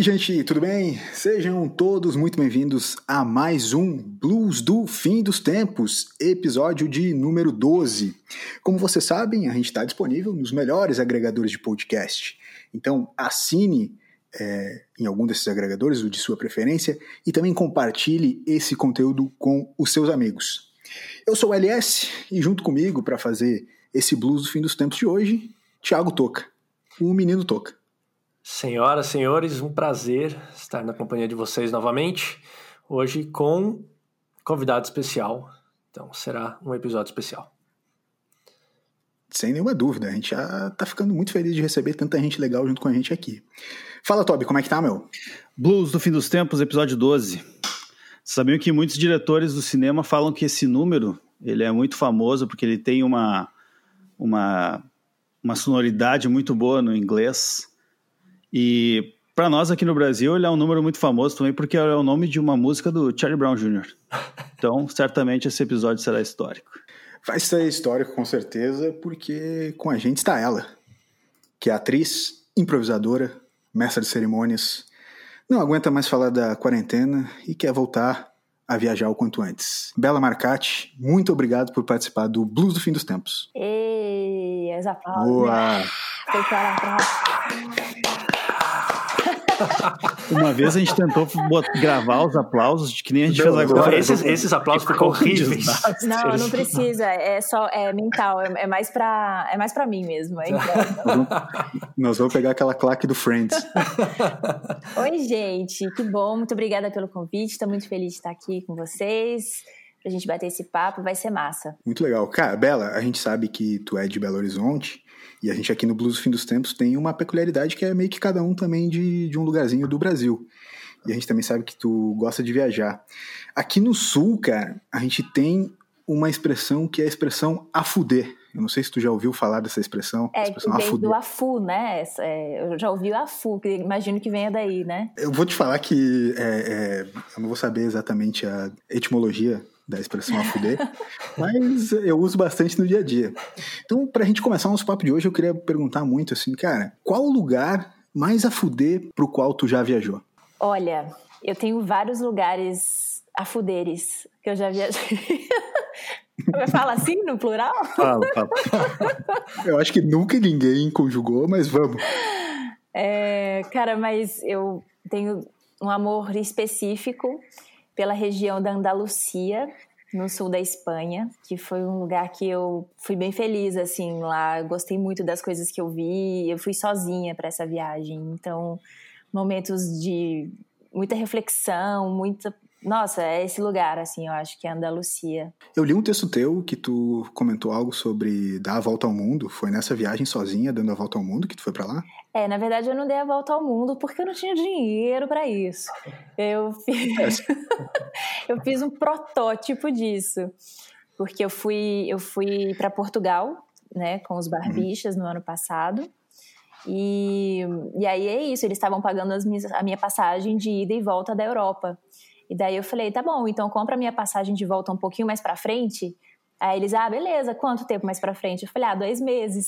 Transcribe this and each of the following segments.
aí, gente, tudo bem? Sejam todos muito bem-vindos a mais um Blues do Fim dos Tempos, episódio de número 12. Como vocês sabem, a gente está disponível nos melhores agregadores de podcast. Então, assine em algum desses agregadores, o de sua preferência, e também compartilhe esse conteúdo com os seus amigos. Eu sou o LS e junto comigo para fazer esse Blues do Fim dos Tempos de hoje, Thiago Toca, o menino Toca. Senhoras, senhores, um prazer estar na companhia de vocês novamente, hoje com convidado especial, então será um episódio especial. Sem nenhuma dúvida, a gente já tá ficando muito feliz de receber tanta gente legal junto com a gente aqui. Fala, Toby, como é que tá, meu? Blues do Fim dos Tempos, episódio 12. Sabiam que muitos diretores do cinema falam que esse número ele é muito famoso porque ele tem uma sonoridade muito boa no inglês. E para nós aqui no Brasil ele é um número muito famoso também porque é o nome de uma música do Charlie Brown Jr. Então, certamente esse episódio será histórico. Vai ser histórico com certeza, porque com a gente está ela, que é atriz, improvisadora, mestra de cerimônias, não aguenta mais falar da quarentena e quer voltar a viajar o quanto antes. Bela Marcati, muito obrigado por participar do Blues do Fim dos Tempos. Ei, os aplausos. Boa! Uma vez a gente tentou gravar os aplausos, que nem a gente fez agora. Esses aplausos ficam horríveis. Não precisa, é mental, é mais pra mim mesmo. Nós vamos pegar aquela claque do Friends. Oi, gente, que bom, muito obrigada pelo convite, estou muito feliz de estar aqui com vocês, pra gente bater esse papo, vai ser massa. Muito legal. Cara, Bela, a gente sabe que tu é de Belo Horizonte, e a gente aqui no Blues do Fim dos Tempos tem uma peculiaridade que é meio que cada um também de um lugarzinho do Brasil. E a gente também sabe que tu gosta de viajar. Aqui no Sul, cara, a gente tem uma expressão que é a expressão afuder. Eu não sei se tu já ouviu falar dessa expressão. Expressão que vem do afu, né? Eu já ouvi o afu, que imagino que venha daí, né? Eu vou te falar que eu não vou saber exatamente a etimologia da expressão afuder, mas eu uso bastante no dia a dia. Então, pra gente começar o nosso papo de hoje, eu queria perguntar muito assim, cara, qual o lugar mais afuder pro qual tu já viajou? Olha, eu tenho vários lugares afuderes que eu já viajei. Fala assim, no plural? Fala. Eu acho que nunca ninguém conjugou, mas vamos. Cara, mas eu tenho um amor específico pela região da Andalucia, no sul da Espanha, que foi um lugar que eu fui bem feliz, assim, lá. Eu gostei muito das coisas que eu vi, eu fui sozinha para essa viagem, então momentos de muita reflexão, Nossa, é esse lugar, assim, eu acho que é a Andalucia. Eu li um texto teu que tu comentou algo sobre dar a volta ao mundo. Foi nessa viagem sozinha, dando a volta ao mundo, que tu foi pra lá? Na verdade eu não dei a volta ao mundo porque eu não tinha dinheiro pra isso. Eu fiz um protótipo disso. Porque eu fui pra Portugal, né, com os Barbixas no ano passado. E aí é isso, eles estavam pagando a minha passagem de ida e volta da Europa. E daí eu falei, tá bom, então compra a minha passagem de volta um pouquinho mais pra frente. Aí eles, beleza, quanto tempo mais pra frente? Eu falei, 2 meses.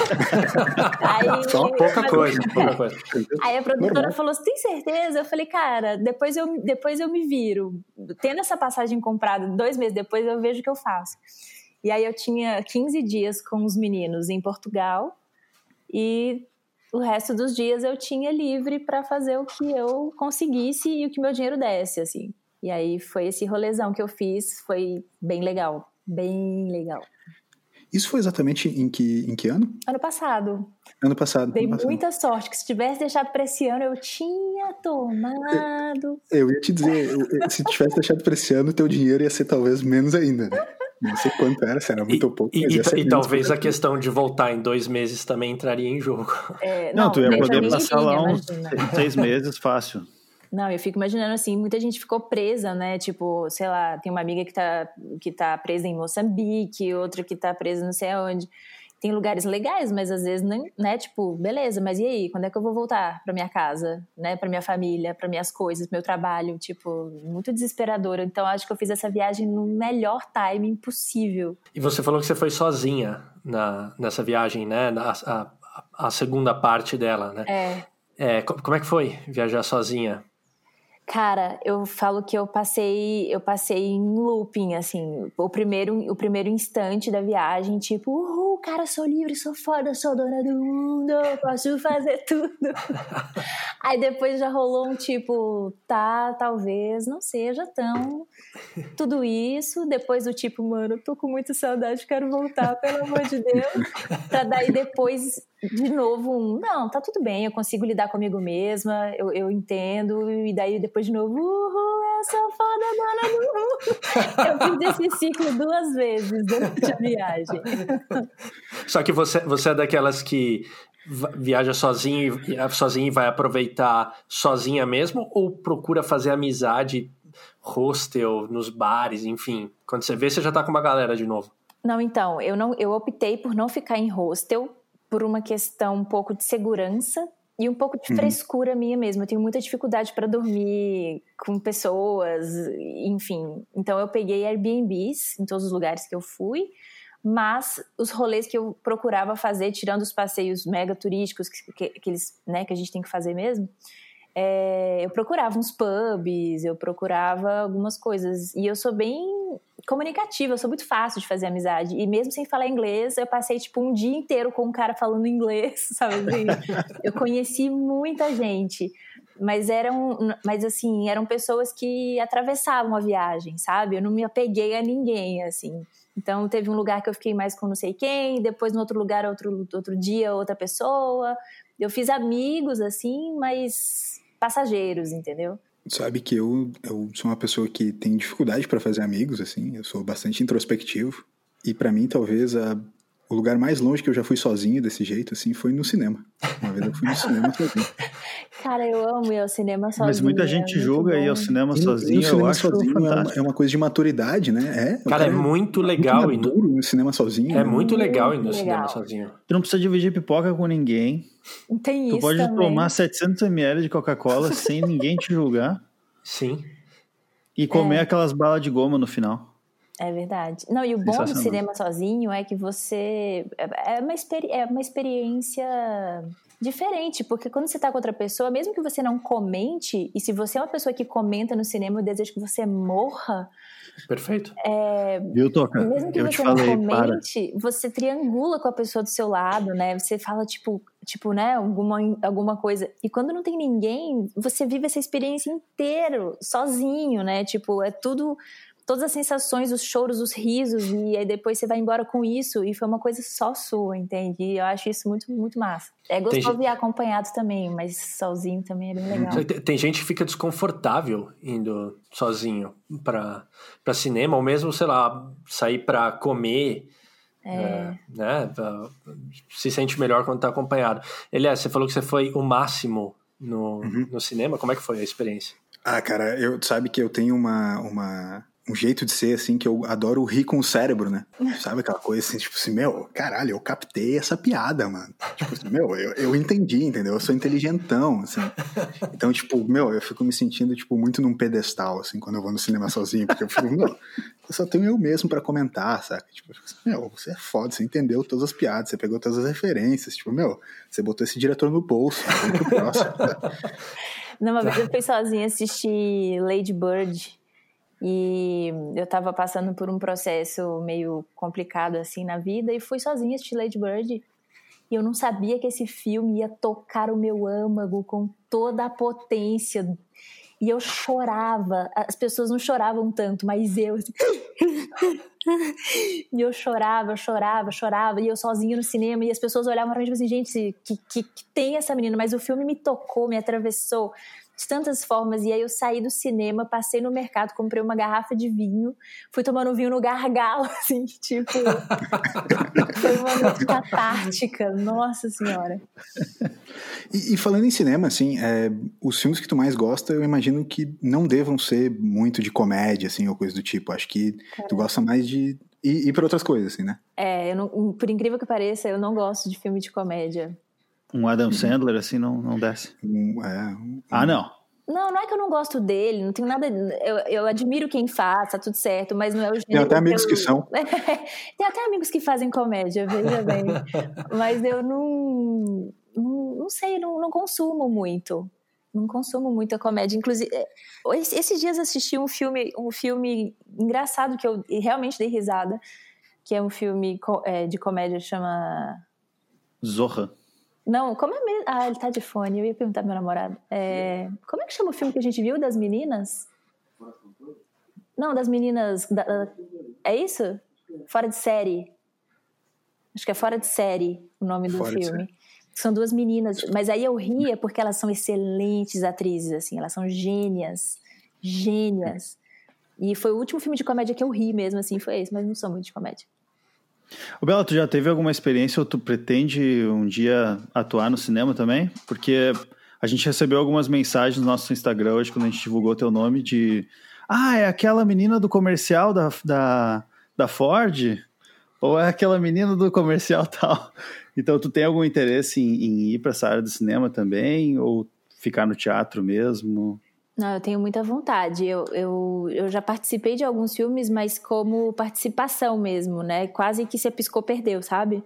Só pouca coisa. Aí a produtora falou, você tem certeza? Eu falei, cara, depois eu me viro. Tendo essa passagem comprada 2 meses depois, eu vejo o que eu faço. E aí eu tinha 15 dias com os meninos em Portugal e o resto dos dias eu tinha livre para fazer o que eu conseguisse e o que meu dinheiro desse, assim. E aí foi esse rolezão que eu fiz, foi bem legal, bem legal. Isso foi exatamente em que ano? Ano passado. Dei muita sorte, que se tivesse deixado para esse ano, eu tinha tomado. Eu ia te dizer, se tivesse deixado para esse ano, teu dinheiro ia ser talvez menos ainda, né? Não sei quanto era, se era muito ou pouco. E talvez a questão de voltar em 2 meses também entraria em jogo. Não, tu ia poder passar lá uns 6 meses fácil. Não, eu fico imaginando assim, muita gente ficou presa, né? Tipo, sei lá, tem uma amiga que tá presa em Moçambique, outra que tá presa não sei aonde. Tem lugares legais, mas às vezes, né? Tipo, beleza, mas e aí? Quando é que eu vou voltar pra minha casa, né? Pra minha família, pra minhas coisas, meu trabalho? Tipo, muito desesperadora. Então, acho que eu fiz essa viagem no melhor timing possível. E você falou que você foi sozinha nessa viagem, né? A segunda parte dela, né? Como é que foi viajar sozinha? Cara, eu falo que eu passei em looping, assim, o primeiro instante da viagem, tipo, cara, sou livre, sou foda, sou dona do mundo, posso fazer tudo. Aí depois já rolou um tipo, talvez não seja tão tudo isso, depois do tipo, mano, eu tô com muita saudade, quero voltar, pelo amor de Deus, pra daí depois, de novo, não, tá tudo bem, eu consigo lidar comigo mesma, eu entendo, e daí depois de novo, eu sou foda, dona do mundo. Eu fiz esse ciclo 2 vezes durante a viagem. Só que você é daquelas que viaja sozinha e vai aproveitar sozinha mesmo, ou procura fazer amizade hostel, nos bares, enfim? Quando você vê, você já tá com uma galera de novo. Não, então, eu optei por não ficar em hostel por uma questão um pouco de segurança e um pouco de frescura minha mesmo. Eu tenho muita dificuldade para dormir com pessoas, enfim. Então eu peguei Airbnbs em todos os lugares que eu fui, mas os rolês que eu procurava fazer, tirando os passeios mega turísticos que a gente tem que fazer mesmo, eu procurava uns pubs, eu procurava algumas coisas. E eu sou bem comunicativa, eu sou muito fácil de fazer amizade. E mesmo sem falar inglês, eu passei tipo um dia inteiro com um cara falando inglês, sabe? Eu conheci muita gente. Mas eram pessoas que atravessavam a viagem, sabe? Eu não me apeguei a ninguém, assim. Então teve um lugar que eu fiquei mais com não sei quem, depois no outro lugar, outro dia, outra pessoa. Eu fiz amigos, assim, mas passageiros, entendeu? Sabe que eu sou uma pessoa que tem dificuldade para fazer amigos, assim, eu sou bastante introspectivo. E para mim, talvez, o lugar mais longe que eu já fui sozinho desse jeito, assim, foi no cinema. Uma vez eu fui no cinema sozinho. Cara, eu amo ir ao cinema sozinho. Mas muita gente julga ir ao cinema sozinho, eu acho fantástico. É uma coisa de maturidade, né? Cara, é muito legal ir no cinema sozinho. É muito legal ir no cinema sozinho. Tu não precisa dividir pipoca com ninguém. Tem isso. Tu pode também tomar 700 ml de Coca-Cola sem ninguém te julgar. Sim. E comer aquelas balas de goma no final. É verdade. Não, e o bom do cinema sozinho é que você... É uma experiência diferente, porque quando você tá com outra pessoa, mesmo que você não comente, e se você é uma pessoa que comenta no cinema, eu desejo que você morra. Perfeito. Viu, Toca? Mesmo que você não comente, você triangula com a pessoa do seu lado, né? Você fala, tipo, né? Alguma coisa. E quando não tem ninguém, você vive essa experiência inteira, sozinho, né? Tipo, é tudo... Todas as sensações, os choros, os risos, e aí depois você vai embora com isso, e foi uma coisa só sua, entende? E eu acho isso muito, muito massa. É gostoso ir acompanhado também, mas sozinho também é bem legal. Tem gente que fica desconfortável indo sozinho pra cinema, ou mesmo, sei lá, sair pra comer, né? Se sente melhor quando tá acompanhado. Elias, você falou que você foi o máximo no cinema, como é que foi a experiência? Cara, sabe que eu tenho um jeito de ser, assim, que eu adoro rir com o cérebro, né? Sabe aquela coisa assim, tipo assim, caralho, eu captei essa piada, mano. Tipo assim, eu entendi, entendeu? Eu sou inteligentão, assim. Então, tipo, eu fico me sentindo, tipo, muito num pedestal, assim, quando eu vou no cinema sozinho, porque eu fico, eu só tenho eu mesmo pra comentar, saca? Tipo, você é foda, você entendeu todas as piadas, você pegou todas as referências, tipo, você botou esse diretor no bolso, foi pro próximo, tá? Uma vez eu fui sozinha assistir Lady Bird. E eu tava passando por um processo meio complicado assim na vida e fui sozinha assistir Lady Bird. E eu não sabia que esse filme ia tocar o meu âmago com toda a potência. E eu chorava. As pessoas não choravam tanto, mas eu assim... E eu chorava. E eu sozinha no cinema. E as pessoas olhavam pra mim e tipo assim, gente, que tem essa menina? Mas o filme me tocou, me atravessou de tantas formas. E aí eu saí do cinema, passei no mercado, comprei uma garrafa de vinho, fui tomando vinho no gargalo, assim, tipo... Foi uma noite catártica, nossa senhora. E falando em cinema, assim, os filmes que tu mais gosta, eu imagino que não devam ser muito de comédia, assim, ou coisa do tipo. Acho que tu gosta mais de ir pra outras coisas, assim, né? Por incrível que pareça, eu não gosto de filme de comédia. Um Adam Sandler, assim, não desce. Não. Não é que eu não gosto dele, não tenho nada... Eu admiro quem faz, tá tudo certo, mas não é o gênero... Tem até amigos que são. Tem até amigos que fazem comédia, veja bem. Mas eu não sei, não consumo muito. Não consumo muito a comédia. Inclusive, esses dias assisti um filme engraçado que eu realmente dei risada, que é um filme de comédia, chama... Zorra. Não, como é mesmo? Ah, ele tá de fone, eu ia perguntar pro meu namorado. Como é que chama o filme que a gente viu das meninas? Não, das meninas... É isso? Fora de série. Acho que é Fora de Série o nome do filme. São duas meninas, mas aí eu ria porque elas são excelentes atrizes, assim, elas são gênias. E foi o último filme de comédia que eu ri mesmo, assim, foi esse, mas não sou muito de comédia. Ô Bela, tu já teve alguma experiência ou tu pretende um dia atuar no cinema também? Porque a gente recebeu algumas mensagens no nosso Instagram hoje, quando a gente divulgou teu nome, de... é aquela menina do comercial da Ford? Ou é aquela menina do comercial tal? Então, tu tem algum interesse em ir para essa área do cinema também? Ou ficar no teatro mesmo? Não, eu tenho muita vontade. Eu já participei de alguns filmes, mas como participação mesmo, né? Quase que se piscou, perdeu, sabe?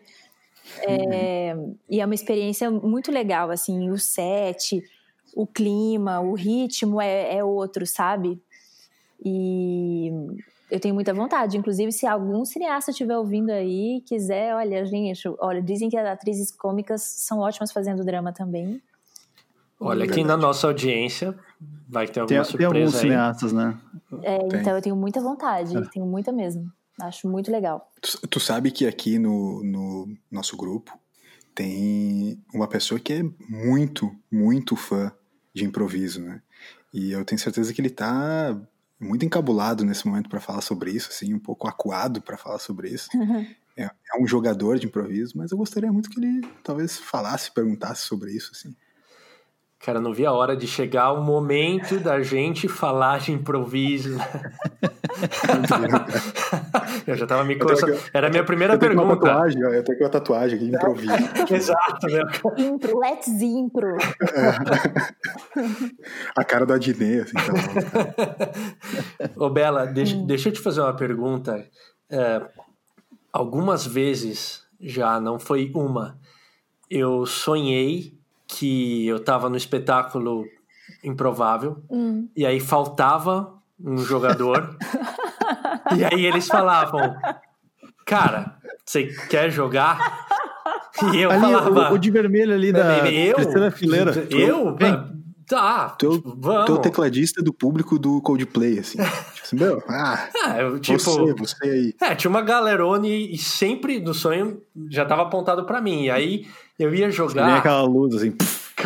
E é uma experiência muito legal, assim, o set, o clima, o ritmo é outro, sabe? E eu tenho muita vontade. Inclusive, se algum cineasta estiver ouvindo aí, quiser, olha, gente, dizem que as atrizes cômicas são ótimas fazendo drama também. Olha, aqui na nossa audiência vai ter alguma surpresa tem alguns aí. cineastas, né? Então eu tenho muita vontade, tenho muita mesmo. Acho muito legal. Tu sabe que aqui no nosso grupo tem uma pessoa que é muito, muito fã de improviso, né? E eu tenho certeza que ele tá muito encabulado nesse momento para falar sobre isso, assim, um pouco acuado para falar sobre isso. É um jogador de improviso, mas eu gostaria muito que ele talvez perguntasse sobre isso, assim. Cara, não vi a hora de chegar o momento da gente falar de improviso. Eu já tava me coçando. Era a minha primeira pergunta. Eu tenho uma tatuagem aqui, improviso. Exato, né? Let's impro. A cara do Adnet, assim. Ô, Bela, deixa eu te fazer uma pergunta. Algumas vezes, já não foi uma, eu sonhei que eu tava no espetáculo Improvável, e aí faltava um jogador, e aí eles falavam, cara, você quer jogar? E eu ali, falava... O de vermelho ali da terceira fileira. Tá, vamos. Tu é o tecladista do público do Coldplay, assim. Você aí. Tinha uma galerone e sempre no sonho já tava apontado pra mim. E aí eu ia jogar... Nem aquela luz, assim...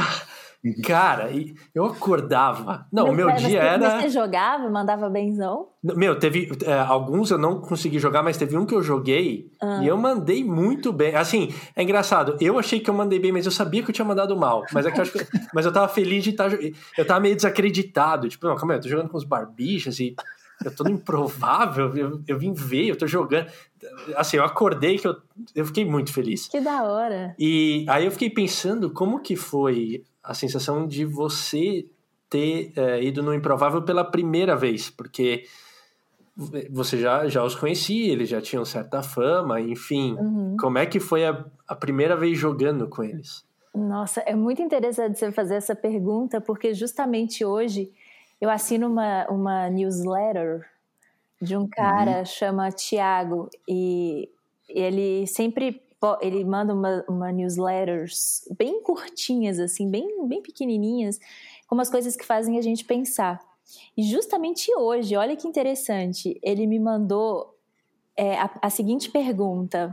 Cara, eu acordava... Não, o meu dia era... Você jogava, mandava benzão? Meu, teve... alguns eu não consegui jogar, mas teve um que eu joguei e eu mandei muito bem. Assim, é engraçado. Eu achei que eu mandei bem, mas eu sabia que eu tinha mandado mal. Mas é que mas eu tava feliz de estar... Eu tava meio desacreditado. Tipo, não, calma aí, eu tô jogando com os barbichas e... Eu tô no Improvável, eu vim ver, eu tô jogando. Assim, eu acordei que eu fiquei muito feliz. Que da hora. E aí eu fiquei pensando como que foi a sensação de você ter ido no Improvável pela primeira vez, porque você já os conhecia, eles já tinham certa fama, enfim. Como é que foi a primeira vez jogando com eles? Nossa, é muito interessante você fazer essa pergunta, porque justamente hoje eu assino uma newsletter de um cara chama Thiago, e ele sempre ele manda uma newsletters bem curtinhas, assim, bem pequenininhas, com umas coisas que fazem a gente pensar. E justamente hoje, olha que interessante, ele me mandou a seguinte pergunta,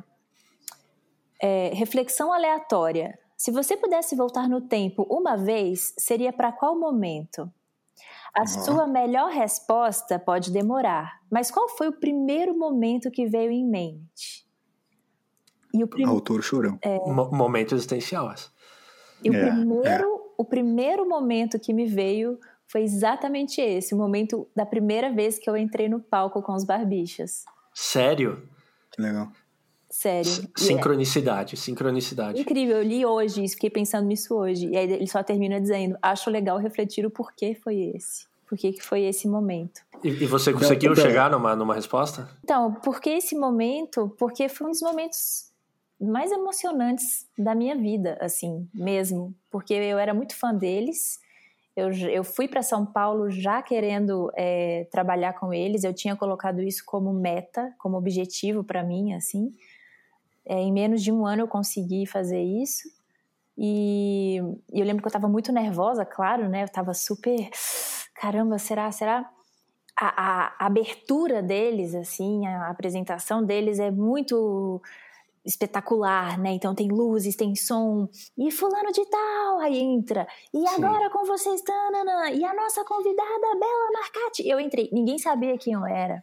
reflexão aleatória. Se você pudesse voltar no tempo uma vez, seria para qual momento? A sua melhor resposta pode demorar, mas qual foi o primeiro momento que veio em mente? E Autor chorão. Momento existencial. E o primeiro momento que me veio foi exatamente esse, o momento da primeira vez que eu entrei no palco com os Barbichas. Sério? Que legal. Sério. Sincronicidade. Incrível, eu li hoje e fiquei pensando nisso hoje. E aí ele só termina dizendo, acho legal refletir o porquê foi esse. Por que foi esse momento. E você conseguiu chegar numa resposta? Então, por que esse momento? Porque foi um dos momentos mais emocionantes da minha vida, assim, mesmo. Porque eu era muito fã deles. Eu fui para São Paulo já querendo trabalhar com eles. Eu tinha colocado isso como meta, como objetivo para mim, assim. Em menos de um ano eu consegui fazer isso. E eu lembro que eu estava muito nervosa, claro, né? Eu estava super... Caramba, será? A abertura deles, assim, a apresentação deles é muito espetacular, né? Então tem luzes, tem som, e fulano de tal, aí entra, e agora com vocês, tanana, e a nossa convidada, Bela Marcati. Eu entrei, ninguém sabia quem eu era.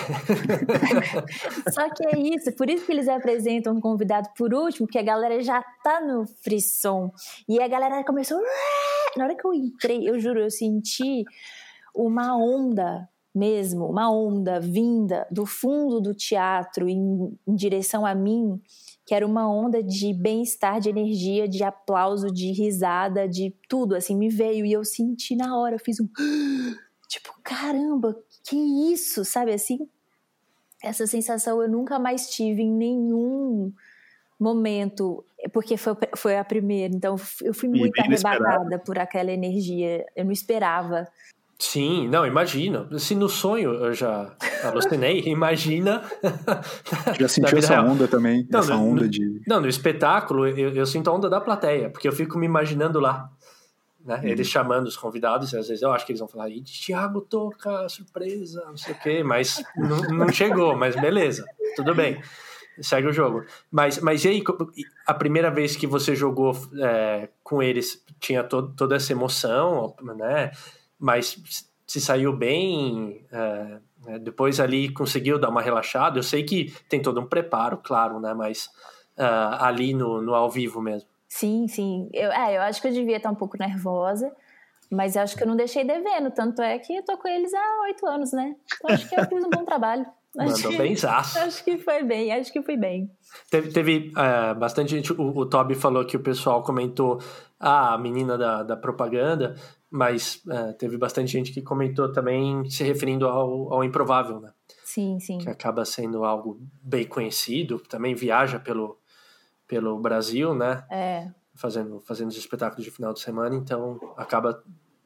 Só que é isso, por isso que eles apresentam um convidado por último, porque a galera já tá no frisson, e a galera começou, na hora que eu entrei, eu juro, eu senti uma onda mesmo, uma onda vinda do fundo do teatro em direção a mim, que era uma onda de bem-estar, de energia, de aplauso, de risada, de tudo, assim, me veio e eu senti na hora, eu fiz um tipo, caramba, que isso, sabe assim? Essa sensação eu nunca mais tive em nenhum momento, porque foi a primeira, então eu fui muito arrebatada por aquela energia, eu não esperava. Sim, não, imagina. Se no sonho eu já alucinei, imagina. Já sentiu essa onda também? Não, essa onda de... Não, no espetáculo eu sinto a onda da plateia, porque eu fico me imaginando lá, né? Eles chamando os convidados, e às vezes eu acho que eles vão falar, Thiago toca, surpresa, não sei o quê, mas não chegou, mas beleza, tudo bem, segue o jogo. Mas e aí, a primeira vez que você jogou com eles, tinha toda essa emoção, né? Mas se saiu bem, depois ali conseguiu dar uma relaxada. Eu sei que tem todo um preparo, claro, né? Mas ali no ao vivo mesmo. Sim. Eu acho que eu devia estar um pouco nervosa, mas eu acho que eu não deixei devendo. Tanto é que eu tô com eles há 8 anos, né? Então acho que eu fiz um bom trabalho. Mandou benzaço. Acho que foi bem. Teve bastante gente. O Toby falou que o pessoal comentou a menina da propaganda, mas teve bastante gente que comentou também se referindo ao Improvável, né? Sim. Que acaba sendo algo bem conhecido, também viaja pelo Brasil, né? Fazendo os espetáculos de final de semana, então acaba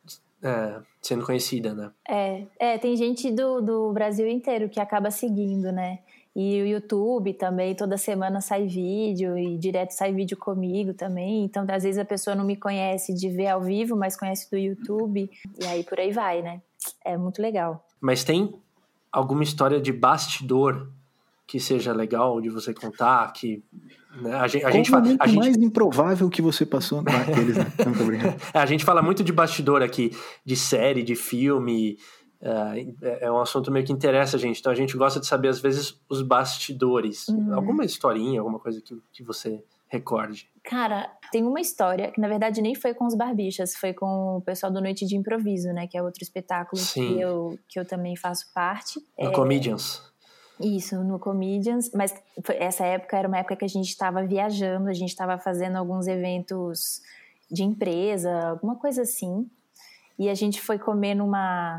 sendo conhecida, né? Tem gente do Brasil inteiro que acaba seguindo, né? E o YouTube também, toda semana sai vídeo, e direto sai vídeo comigo também. Então, às vezes a pessoa não me conhece de ver ao vivo, mas conhece do YouTube. E aí, por aí vai, né? É muito legal. Mas tem alguma história de bastidor que seja legal de você contar? Que, né, a gente mais improvável que você passou naqueles, né? Não tô brincando. A gente fala muito de bastidor aqui, de série, de filme... É um assunto meio que interessa a gente, então a gente gosta de saber às vezes os bastidores. Alguma historinha, alguma coisa que você recorde? Cara, tem uma história que na verdade nem foi com os Barbichas, foi com o pessoal do Noite de Improviso, né, que é outro espetáculo que eu também faço parte. No Comedians. Isso, no Comedians, mas essa época era uma época que a gente estava viajando, a gente estava fazendo alguns eventos de empresa, alguma coisa assim. E a gente foi comer numa...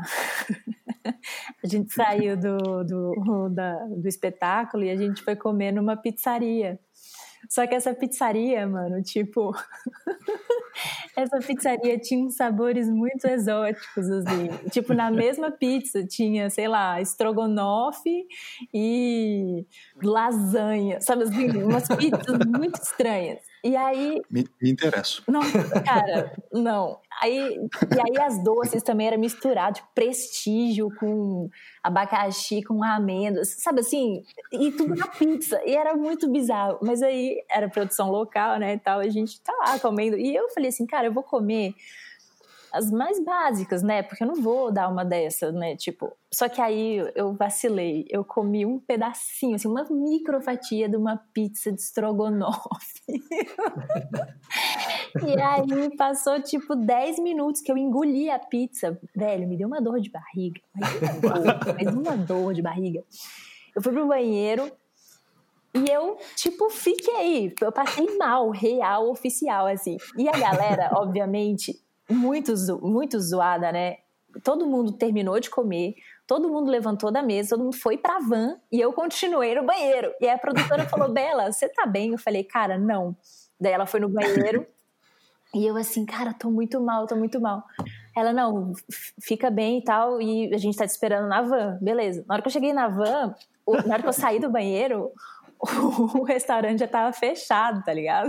A gente saiu do espetáculo e a gente foi comer numa pizzaria. Só que essa pizzaria, mano, tipo... Essa pizzaria tinha uns sabores muito exóticos, assim. Tipo, na mesma pizza tinha, sei lá, estrogonofe e lasanha. Sabe assim, umas pizzas muito estranhas. E aí... Me interesso. Não, cara, não. E aí as doces também eram misturadas, tipo, prestígio com abacaxi, com amêndoas, sabe assim? E tudo na pizza. E era muito bizarro. Mas aí era produção local, né, e tal. A gente tá lá comendo. E eu falei assim, cara, eu vou comer as mais básicas, né? Porque eu não vou dar uma dessa, né? Tipo, só que aí eu vacilei. Eu comi um pedacinho, assim, uma microfatia de uma pizza de estrogonofe. E aí passou, tipo, 10 minutos que eu engoli a pizza. Velho, me deu uma dor de barriga. Mas uma dor de barriga. Eu fui pro banheiro e eu, tipo, fiquei. Eu passei mal, real, oficial, assim. E a galera, obviamente... muito zoada, né? Todo mundo terminou de comer, Todo mundo levantou da mesa, todo mundo foi pra van e eu continuei no banheiro. E aí a produtora falou, Bela, você tá bem? Eu falei, cara, não. Daí ela foi no banheiro e eu assim, cara, tô muito mal. Ela, não, fica bem e tal, e a gente tá te esperando na van. Beleza. Na hora que eu cheguei na van, na hora que eu saí do banheiro, o restaurante já tava fechado, tá ligado?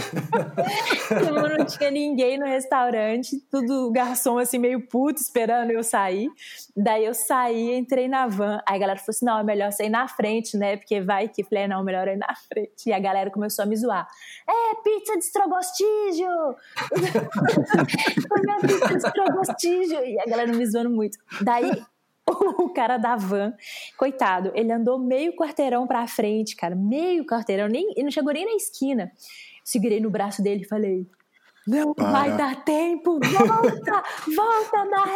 Não tinha ninguém no restaurante, tudo garçom assim meio puto esperando eu sair. Daí eu saí, entrei na van, aí a galera falou assim, não, é melhor sair na frente, né, porque vai que, falei, não, melhor ir na frente. E a galera começou a me zoar, pizza de Strogostígio! Comeu pizza de Strogostígio! E a galera me zoando muito. Daí o cara da van, coitado, ele andou meio quarteirão pra frente, cara, meio quarteirão, ele não chegou nem na esquina. Segurei no braço dele e falei, não vai dar tempo, volta, dá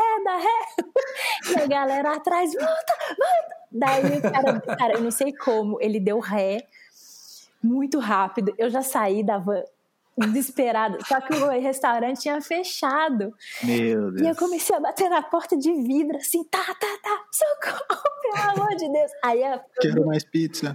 ré. E a galera atrás, volta. Daí o cara, eu não sei como, ele deu ré muito rápido, eu já saí da van desesperada, só que o restaurante tinha fechado. Meu Deus. E eu comecei a bater na porta de vidro, assim, tá, socorro, pelo amor de Deus. Aí quero mais pizza.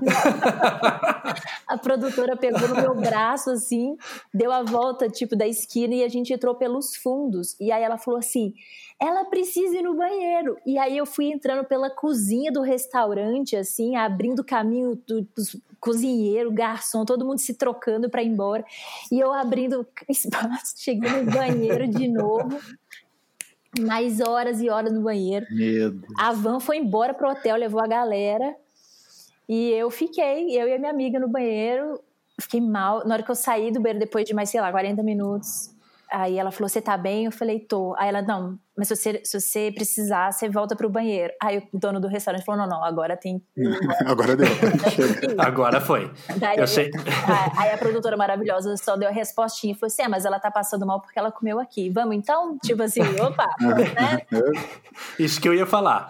A produtora pegou no meu braço, assim, deu a volta, tipo, da esquina e a gente entrou pelos fundos. E aí ela falou assim, ela precisa ir no banheiro. E aí eu fui entrando pela cozinha do restaurante, assim, abrindo o caminho dos cozinheiro, garçom, todo mundo se trocando pra ir embora. E eu abrindo espaço, cheguei no banheiro de novo. Mais horas e horas no banheiro. Meu Deus. A van foi embora pro hotel, levou a galera. E eu e a minha amiga no banheiro. Fiquei mal. Na hora que eu saí do banheiro, depois de mais, 40 minutos, aí ela falou, você tá bem? Eu falei, tô. Aí ela, não, mas se você precisar, você volta pro banheiro. Aí o dono do restaurante falou, não, agora tem... Agora deu. Agora foi. Daí, eu sei. Aí a produtora maravilhosa só deu a respostinha e falou assim, mas ela tá passando mal porque ela comeu aqui. Vamos então? Tipo assim, opa, né? Isso que eu ia falar.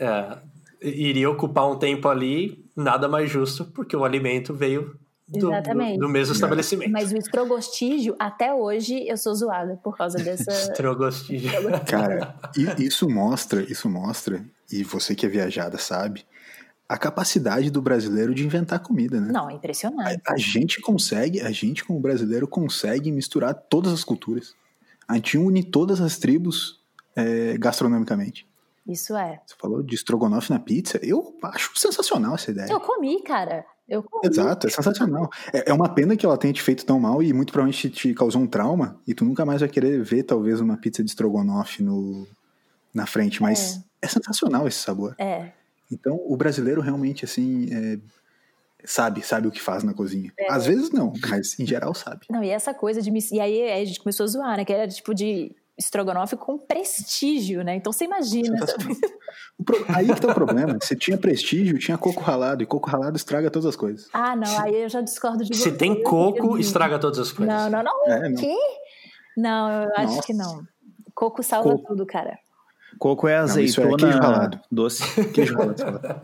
Iria ocupar um tempo ali, nada mais justo, porque o alimento veio do mesmo estabelecimento. Mas o Strogostígio, até hoje, eu sou zoada por causa dessa... Strogostígio. Cara, isso mostra, e você que é viajada sabe, a capacidade do brasileiro de inventar comida, né? Não, é impressionante. A gente como brasileiro consegue misturar todas as culturas. A gente une todas as tribos gastronomicamente. Isso é. Você falou de estrogonofe na pizza, eu acho sensacional essa ideia. Eu comi, cara. Exato, é sensacional. É uma pena que ela tenha te feito tão mal e muito provavelmente te causou um trauma e tu nunca mais vai querer ver talvez uma pizza de estrogonofe na frente, mas é sensacional esse sabor. Então o brasileiro realmente assim sabe o que faz na cozinha. Às vezes não, mas em geral sabe. Não, e essa coisa de... E aí a gente começou a zoar, né? Que era tipo de estrogonofe com prestígio, né? Então você imagina. Aí que tá o problema. Se tinha prestígio, tinha coco ralado. E coco ralado estraga todas as coisas. Ah, não. Aí eu já discordo de você. Se tem coco, estraga todas as coisas. Não. Não. Quê? Não, eu acho que não. Coco salva tudo, cara. Coco é azeitona. Isso é queijo ralado. Doce. Queijo ralado.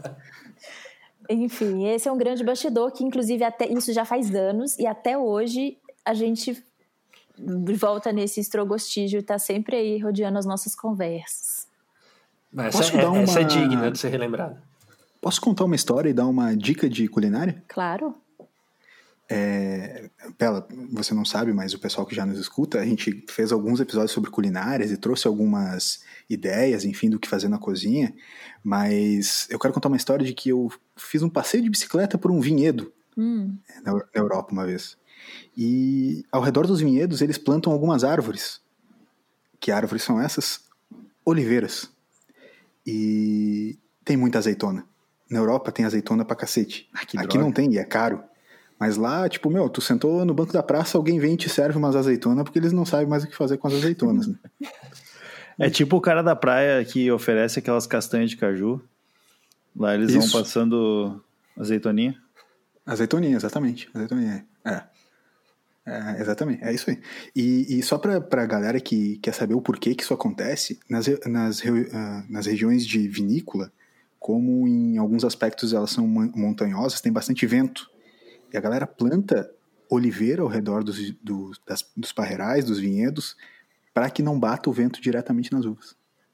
Enfim, esse é um grande bastidor que, inclusive, isso já faz anos. E até hoje, a gente volta nesse Strogostígio, tá sempre aí rodeando as nossas conversas. Essa é digna de ser relembrada. Posso contar uma história e dar uma dica de culinária? Claro. Bela, você não sabe, mas o pessoal que já nos escuta, a gente fez alguns episódios sobre culinárias e trouxe algumas ideias, enfim, do que fazer na cozinha, mas eu quero contar uma história de que eu fiz um passeio de bicicleta por um vinhedo na Europa uma vez. E ao redor dos vinhedos eles plantam algumas árvores. Que árvores são essas? Oliveiras. E tem muita azeitona. Na Europa tem azeitona pra cacete. Aqui não tem e é caro. Mas lá, tipo, tu sentou no banco da praça, alguém vem e te serve umas azeitonas porque eles não sabem mais o que fazer com as azeitonas, né? É tipo o cara da praia que oferece aquelas castanhas de caju. Lá eles vão passando azeitoninha. Azeitoninha, exatamente. Azeitoninha, exatamente, é isso aí. E só pra galera que quer saber o porquê que isso acontece, nas regiões de vinícola, como em alguns aspectos elas são montanhosas, tem bastante vento. E a galera planta oliveira ao redor dos parreirais, dos vinhedos, para que não bata o vento diretamente nas uvas.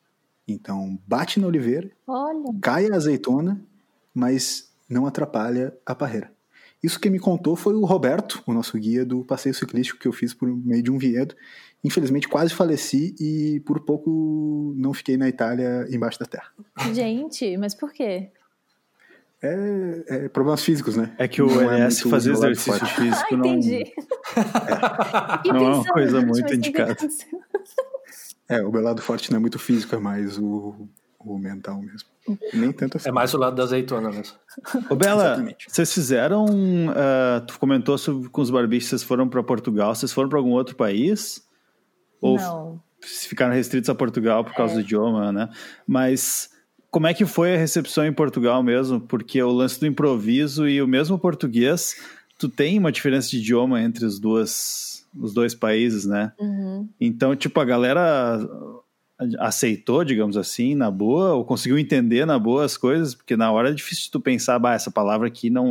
Então, bate na oliveira, Olha. cai a azeitona, mas não atrapalha a parreira. Isso que me contou foi o Roberto, o nosso guia do passeio ciclístico que eu fiz por meio de um vinhedo. Infelizmente, quase faleci e por pouco não fiquei na Itália embaixo da terra. Gente, mas por quê? Problemas físicos, né? É que o LS fazer exercício físico não... entendi. Não é uma coisa muito indicada. O meu lado forte não é muito físico, é mais o mental mesmo. Nem tanto assim. É mais o lado da azeitona mesmo. Ô Bela, Exatamente. vocês fizeram... tu comentou sobre com os barbichos, vocês foram para Portugal, vocês foram para algum outro país? Ou não. Ficaram restritos a Portugal por causa do idioma, né? Mas como é que foi a recepção em Portugal mesmo? Porque o lance do improviso e o mesmo português, tu tem uma diferença de idioma entre os dois países, né? Uhum. Então, tipo, a galera aceitou, digamos assim, na boa, ou conseguiu entender na boa as coisas, porque na hora é difícil tu pensar, essa palavra aqui não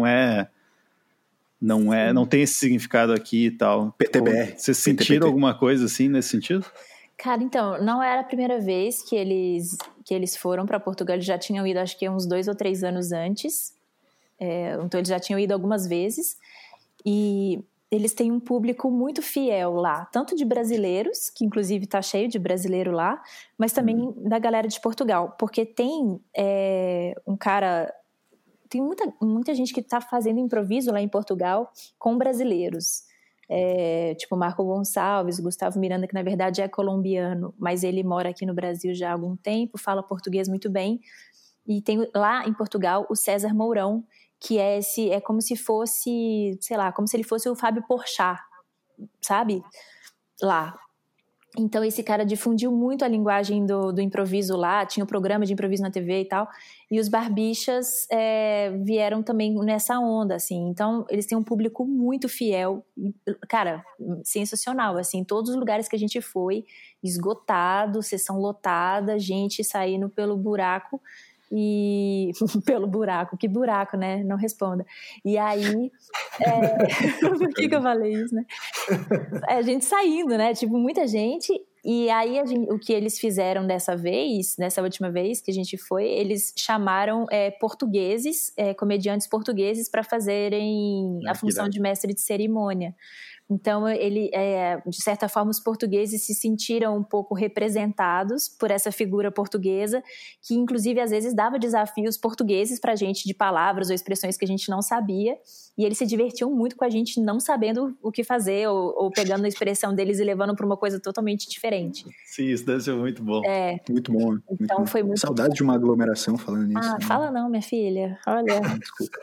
tem esse significado aqui e tal. PTBR. Vocês sentiram alguma coisa assim nesse sentido? Cara, então, não era a primeira vez que eles foram para Portugal, eles já tinham ido, acho que uns 2 ou 3 anos antes, então eles já tinham ido algumas vezes, e eles têm um público muito fiel lá, tanto de brasileiros, que inclusive está cheio de brasileiro lá, mas também da galera de Portugal, porque tem um cara... Tem muita gente que está fazendo improviso lá em Portugal com brasileiros. Tipo Marco Gonçalves, Gustavo Miranda, que na verdade é colombiano, mas ele mora aqui no Brasil já há algum tempo, fala português muito bem. E tem lá em Portugal o César Mourão, que é como se fosse, sei lá, como se ele fosse o Fábio Porchat, sabe? Lá. Então esse cara difundiu muito a linguagem do improviso lá, tinha um programa de improviso na TV e tal, e os Barbichas vieram também nessa onda, assim, então eles têm um público muito fiel, cara, sensacional, assim, todos os lugares que a gente foi, esgotado, sessão lotada, gente saindo pelo buraco, e pelo buraco, que buraco, né? Não responda. E aí, por que eu falei isso, né? A gente saindo, né? Tipo, muita gente. E aí, o que eles fizeram nessa última vez que a gente foi, eles chamaram portugueses, comediantes portugueses, para fazerem a função de mestre de cerimônia. Então, de certa forma, os portugueses se sentiram um pouco representados por essa figura portuguesa, que inclusive às vezes dava desafios portugueses pra gente de palavras ou expressões que a gente não sabia, e eles se divertiam muito com a gente não sabendo o que fazer, ou pegando a expressão deles e levando para uma coisa totalmente diferente. Sim, isso deve ser muito bom. Muito bom. Então muito foi bom. muito... Saudade de uma aglomeração falando nisso. Ah, fala não, minha filha. Olha. Desculpa.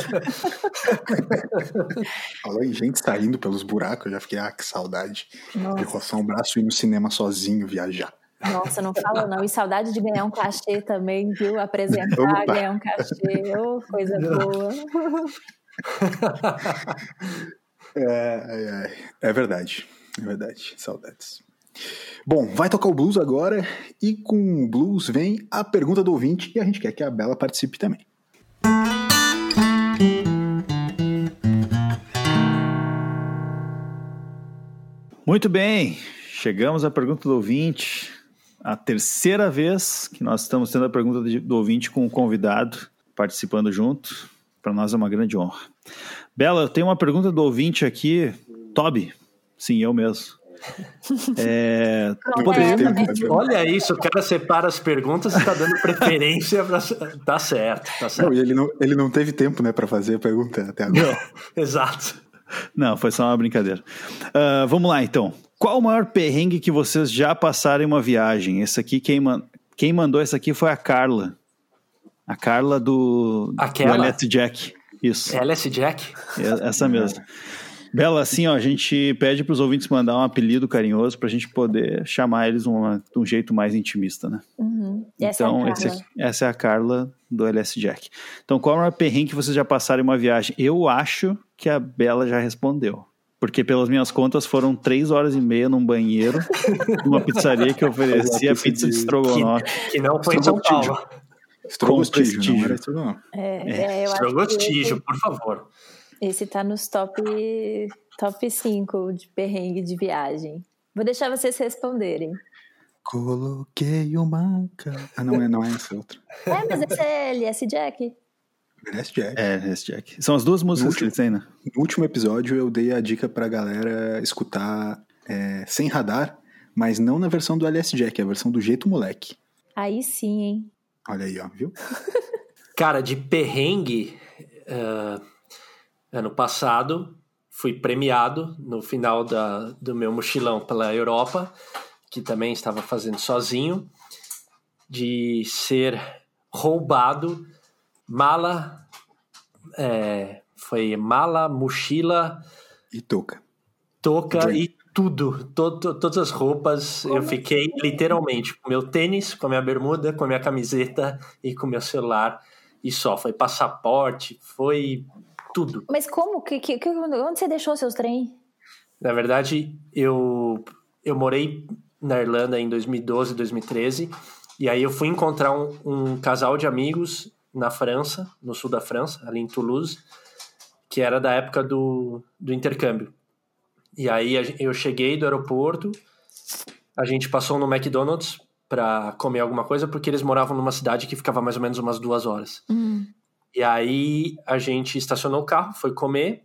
Falou em gente saindo pelos buracos, eu já fiquei, que saudade. Nossa. De roçar um braço e ir no cinema sozinho, viajar. Nossa, não fala não. E saudade de ganhar um cachê também, viu? Apresentar, ganhar um cachê. Coisa boa. É verdade. Saudades. Bom, vai tocar o blues agora, e com o blues vem a pergunta do ouvinte, e a gente quer que a Bela participe também. Muito bem, chegamos à pergunta do ouvinte, a terceira vez que nós estamos tendo a pergunta do ouvinte com o convidado participando junto. Para nós é uma grande honra. Bela, eu tenho uma pergunta do ouvinte aqui, Toby. Sim, eu mesmo. Olha isso, o cara separa as perguntas e está dando preferência para... Tá certo. Não, e ele não teve tempo, né, para fazer a pergunta até agora. Não, exato. Não, foi só uma brincadeira. Vamos lá, então. Qual o maior perrengue que vocês já passaram em uma viagem? Esse aqui, quem mandou esse aqui foi a Carla. A Carla do LS Jack. Isso. LS Jack? Essa mesmo. Bela, assim, a gente pede para os ouvintes mandar um apelido carinhoso para a gente poder chamar eles de um jeito mais intimista, né? Uhum. Então, essa é a Carla do LS Jack. Então, qual é o maior perrengue que vocês já passaram em uma viagem? Eu acho que a Bela já respondeu. Porque, pelas minhas contas, foram 3 horas e meia num banheiro, numa pizzaria que oferecia pizza de estrogonofe. Que não foi em São Paulo. Estrogonostígio, não era estrogonofe. Estrogonostígio, por favor. Esse tá nos top 5 de perrengue de viagem. Vou deixar vocês responderem. Coloquei uma... não é essa outra. Mas esse é LS Jack. LS Jack. São as duas músicas que ele tem, né? No último episódio eu dei a dica pra galera escutar sem radar, mas não na versão do LS Jack, é a versão do Jeito Moleque. Aí sim, hein? Olha aí, ó, viu? Cara, de perrengue, ano passado fui premiado no final do meu mochilão pela Europa, que também estava fazendo sozinho, de ser roubado foi mala, mochila e touca e tudo, todas as roupas. Eu fiquei literalmente com meu tênis, com a minha bermuda, com a minha camiseta e com o meu celular, e só foi passaporte, foi tudo. Mas como? Onde você deixou seus trem? Na verdade, eu morei na Irlanda em 2012, 2013, e aí eu fui encontrar um casal de amigos na França, no sul da França, ali em Toulouse, que era da época do intercâmbio. E aí eu cheguei do aeroporto, a gente passou no McDonald's para comer alguma coisa, porque eles moravam numa cidade que ficava mais ou menos umas 2 horas. E aí a gente estacionou o carro, foi comer,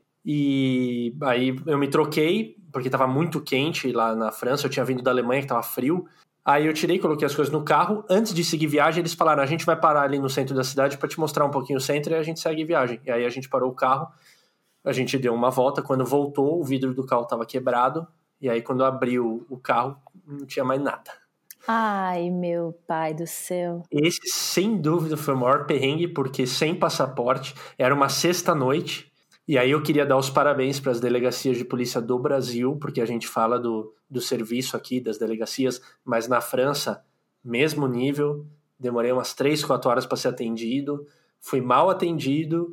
e aí eu me troquei, porque estava muito quente lá na França, eu tinha vindo da Alemanha, que estava frio. Aí eu tirei, coloquei as coisas no carro. Antes de seguir viagem, eles falaram, a gente vai parar ali no centro da cidade para te mostrar um pouquinho o centro e a gente segue viagem. E aí a gente parou o carro, a gente deu uma volta. Quando voltou, o vidro do carro estava quebrado. E aí quando abriu o carro, não tinha mais nada. Ai, meu pai do céu. Esse, sem dúvida, foi o maior perrengue, porque sem passaporte, era uma sexta-noite. E aí eu queria dar os parabéns para as delegacias de polícia do Brasil, porque a gente fala do serviço aqui, das delegacias, mas na França, mesmo nível, demorei umas 3-4 horas para ser atendido, fui mal atendido,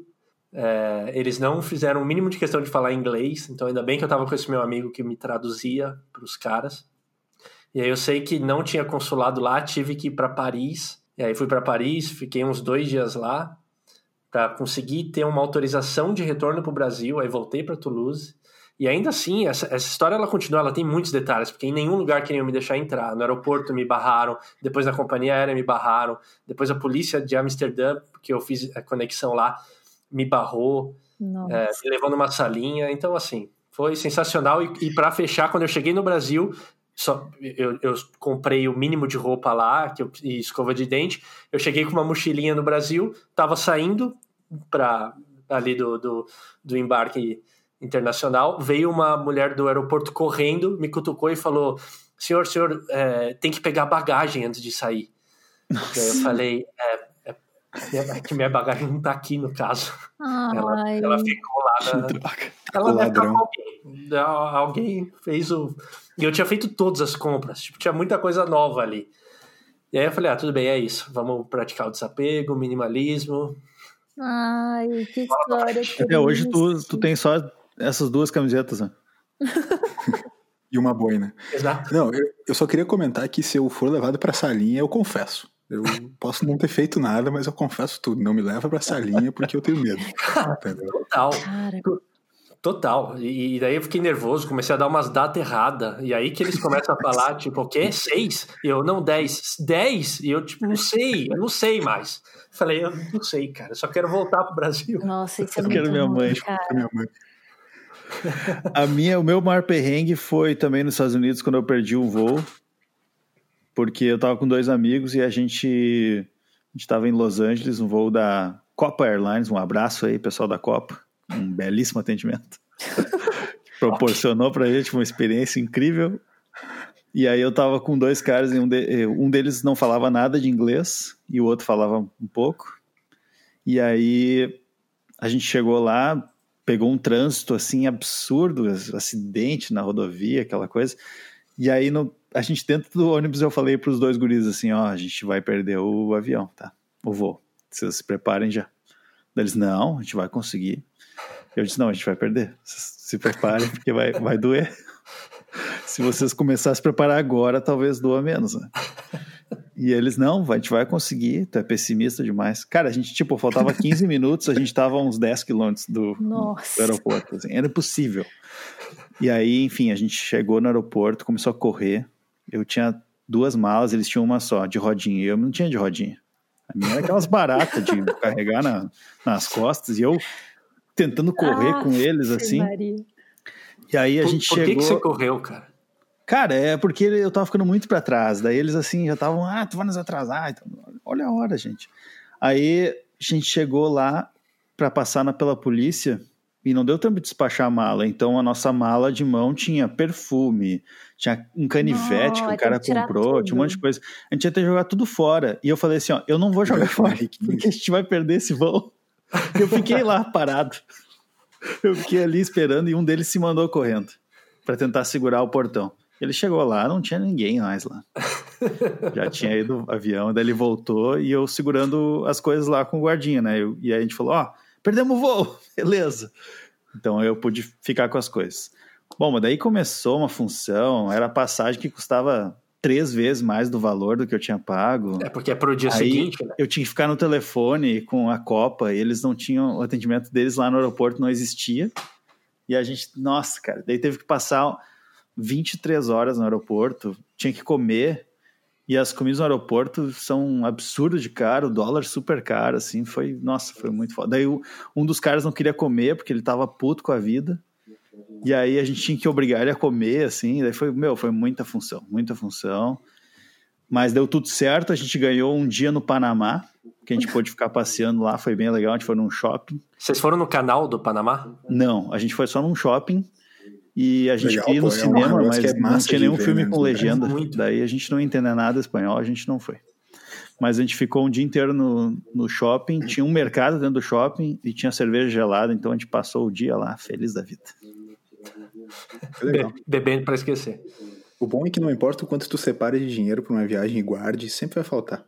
eles não fizeram o mínimo de questão de falar inglês, então ainda bem que eu estava com esse meu amigo que me traduzia para os caras. E aí eu sei que não tinha consulado lá, tive que ir para Paris, e aí fui para Paris, fiquei uns 2 dias lá, para conseguir ter uma autorização de retorno para o Brasil. Aí voltei para Toulouse, e ainda assim, essa história ela continua, ela tem muitos detalhes, porque em nenhum lugar queriam me deixar entrar. No aeroporto me barraram, depois na companhia aérea me barraram, depois a polícia de Amsterdã, porque eu fiz a conexão lá, me barrou, me levou numa salinha. Então assim, foi sensacional. E para fechar, quando eu cheguei no Brasil, eu comprei o mínimo de roupa lá, e escova de dente. Eu cheguei com uma mochilinha no Brasil, tava saindo ali do embarque internacional, veio uma mulher do aeroporto correndo, me cutucou e falou, senhor, tem que pegar bagagem antes de sair. Aí eu falei, que minha bagagem não tá aqui, no caso. Ela ficou lá ela deve estar com alguém fez e eu tinha feito todas as compras, tipo, tinha muita coisa nova ali. E aí eu falei, tudo bem, é isso, vamos praticar o desapego, o minimalismo. Ai, que história. Até hoje tu tem só essas 2 camisetas, né? E uma boina. Exato. Não, eu só queria comentar que se eu for levado pra salinha, eu confesso. Eu posso não ter feito nada, mas eu confesso tudo. Não me leva pra salinha porque eu tenho medo. Total. Cara. Total. E daí eu fiquei nervoso, comecei a dar umas datas erradas. E aí que eles começam a falar, tipo, o quê? 6? E eu, não, 10. 10? E eu, tipo, eu não sei mais. Falei, eu não sei, cara. Eu só quero voltar pro Brasil. Nossa, isso é eu muito quero minha mãe. Cara. O meu maior perrengue foi também nos Estados Unidos, quando eu perdi um voo. Porque eu tava com 2 amigos e a gente tava em Los Angeles, um voo da Copa Airlines. Um abraço aí, pessoal da Copa. Um belíssimo atendimento. Proporcionou pra gente uma experiência incrível. E aí eu tava com 2 caras e um deles não falava nada de inglês e o outro falava um pouco. E aí a gente chegou lá, pegou um trânsito assim absurdo, acidente na rodovia, aquela coisa. E aí a gente dentro do ônibus eu falei pros 2 guris assim, a gente vai perder o avião, tá? O voo. Vocês se preparem já. Eles, não, a gente vai conseguir. Eu disse, não, a gente vai perder. Se preparem, porque vai doer. Se vocês começarem a se preparar agora, talvez doa menos, né? E eles, não, a gente vai conseguir. Tu é pessimista demais. Cara, a gente, faltava 15 minutos, a gente tava a uns 10 quilômetros do aeroporto. Assim, era impossível. E aí, enfim, a gente chegou no aeroporto, começou a correr. Eu tinha 2 malas, eles tinham uma só, de rodinha, e eu não tinha de rodinha. A minha era aquelas baratas de carregar nas costas, e eu tentando correr com eles, assim. Maria. E aí a gente chegou... Por que você correu, cara? Cara, é porque eu tava ficando muito pra trás. Daí eles assim já estavam, tu vai nos atrasar. Então, olha a hora, gente. Aí a gente chegou lá pra passar pela polícia e não deu tempo de despachar a mala. Então a nossa mala de mão tinha perfume, tinha um canivete que o cara comprou, tinha um monte de coisa. A gente ia ter que jogar tudo fora. E eu falei assim, eu não vou jogar fora, porque a gente vai perder esse voo. E eu fiquei lá parado. Eu fiquei ali esperando e um deles se mandou correndo pra tentar segurar o portão. Ele chegou lá, não tinha ninguém mais lá. Já tinha ido o avião, daí ele voltou e eu segurando as coisas lá com o guardinha, né? E aí a gente falou, perdemos o voo, beleza. Então eu pude ficar com as coisas. Bom, mas daí começou uma função, era a passagem que custava 3 vezes mais do valor do que eu tinha pago. É porque é pro dia aí, seguinte, né? Eu tinha que ficar no telefone com a Copa e eles não tinham, o atendimento deles lá no aeroporto não existia. E a gente, nossa, cara, daí teve que passar 23 horas no aeroporto, tinha que comer, e as comidas no aeroporto são absurdas de caro, o dólar super caro, assim, foi muito foda. Daí um dos caras não queria comer, porque ele tava puto com a vida, e aí a gente tinha que obrigar ele a comer, assim, daí foi muita função, mas deu tudo certo, a gente ganhou um dia no Panamá, que a gente pôde ficar passeando lá, foi bem legal, a gente foi num shopping. Vocês foram no canal do Panamá? Não, a gente foi só num shopping, e a gente ia no cinema, mas não tinha nenhum filme com legenda. Daí a gente não entendeu nada espanhol, a gente não foi. Mas a gente ficou um dia inteiro no shopping, tinha um mercado dentro do shopping e tinha cerveja gelada, então a gente passou o dia lá, feliz da vida. Legal. Bebendo para esquecer. O bom é que não importa o quanto tu separe de dinheiro para uma viagem e guarde, sempre vai faltar.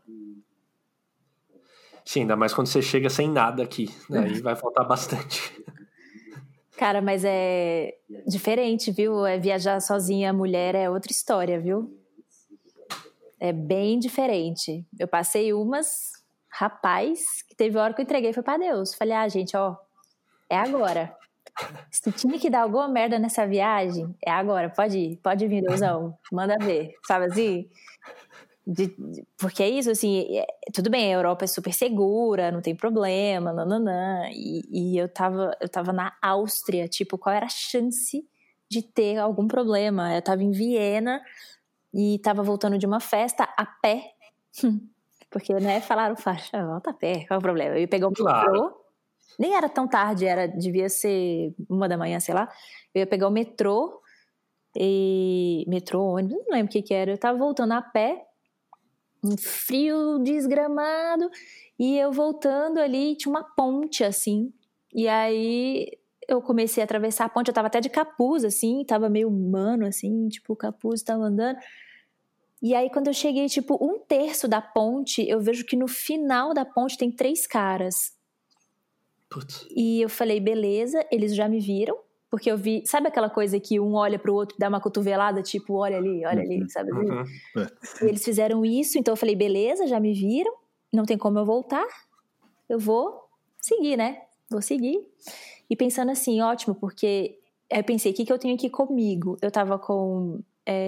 Sim, ainda mais quando você chega sem nada aqui, né? Aí vai faltar bastante. Cara, mas é diferente, viu? Viajar sozinha, mulher, é outra história, viu? É bem diferente. Eu passei rapaz, que teve hora que eu entreguei, foi pra Deus. Falei, gente, é agora. Se tinha que dar alguma merda nessa viagem, é agora, pode vir, Deusão, manda ver, sabe assim? Porque é isso, assim, tudo bem, a Europa é super segura, não tem problema, nananã, e eu tava na Áustria, tipo, qual era a chance de ter algum problema? Eu tava em Viena e tava voltando de uma festa a pé, porque, né, falaram, volta a pé, qual é o problema? Eu ia pegar um metrô, nem era tão tarde, devia ser 1 da manhã, sei lá, eu ia pegar o metrô, ônibus, não lembro o que era, eu tava voltando a pé, um frio desgramado, e eu voltando ali, tinha uma ponte, assim, e aí eu comecei a atravessar a ponte, eu tava até de capuz, assim, tava meio humano, assim, tipo, o capuz tava andando, e aí quando eu cheguei, tipo, 1/3 da ponte, eu vejo que no final da ponte tem 3 caras, Putz. E eu falei, beleza, eles já me viram, porque eu vi, sabe aquela coisa que um olha pro outro e dá uma cotovelada, tipo, olha ali, sabe? Uhum. E eles fizeram isso, então eu falei, beleza, já me viram, não tem como eu voltar, eu vou seguir, né? Vou seguir. E pensando assim, ótimo, porque eu pensei, o que eu tenho aqui comigo? Eu tava com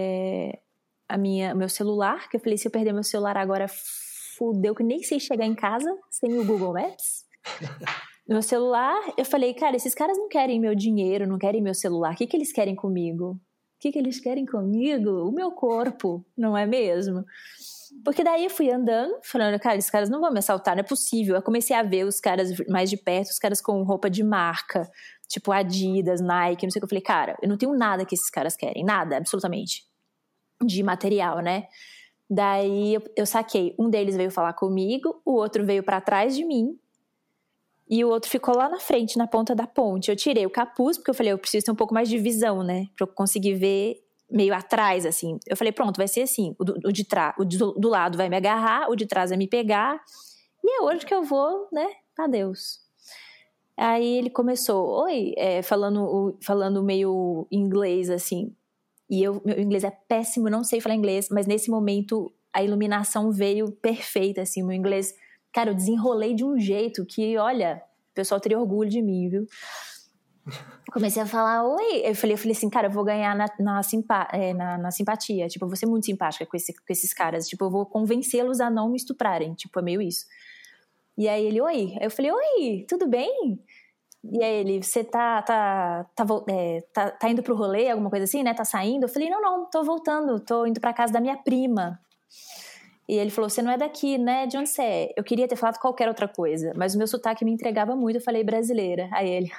meu celular, que eu falei, se eu perder meu celular agora, fudeu, que nem sei chegar em casa sem o Google Maps. Meu celular, eu falei, cara, esses caras não querem meu dinheiro, não querem meu celular, o que eles querem comigo? O que eles querem comigo? O meu corpo, não é mesmo? Porque daí eu fui andando, falando, cara, esses caras não vão me assaltar, não é possível. Eu comecei a ver os caras mais de perto, os caras com roupa de marca, tipo Adidas, Nike, não sei o que. Eu falei, cara, eu não tenho nada que esses caras querem, nada, absolutamente, de material, né? Daí eu saquei, um deles veio falar comigo, o outro veio pra trás de mim, e o outro ficou lá na frente, na ponta da ponte. Eu tirei o capuz, porque eu falei, eu preciso ter um pouco mais de visão, né? Pra eu conseguir ver meio atrás, assim. Eu falei, pronto, vai ser assim. O do lado vai me agarrar, o de trás vai me pegar. E é hoje que eu vou, né? Adeus. Aí ele começou, falando meio inglês, assim. E meu inglês é péssimo, não sei falar inglês. Mas nesse momento, a iluminação veio perfeita, assim. Meu inglês... Cara, eu desenrolei de um jeito que, olha, o pessoal teria orgulho de mim, viu? Comecei a falar, oi. Eu falei assim, cara, eu vou ganhar na simpatia. Tipo, eu vou ser muito simpática com esses caras. Tipo, eu vou convencê-los a não me estuprarem. Tipo, é meio isso. E aí ele, oi. Aí eu falei, oi, tudo bem? E aí ele, você tá indo pro rolê, alguma coisa assim, né? Tá saindo? Eu falei, não, tô voltando. Tô indo pra casa da minha prima. E ele falou, você não é daqui, né? De onde você é? Eu queria ter falado qualquer outra coisa, mas o meu sotaque me entregava muito. Eu falei, brasileira. Aí ele...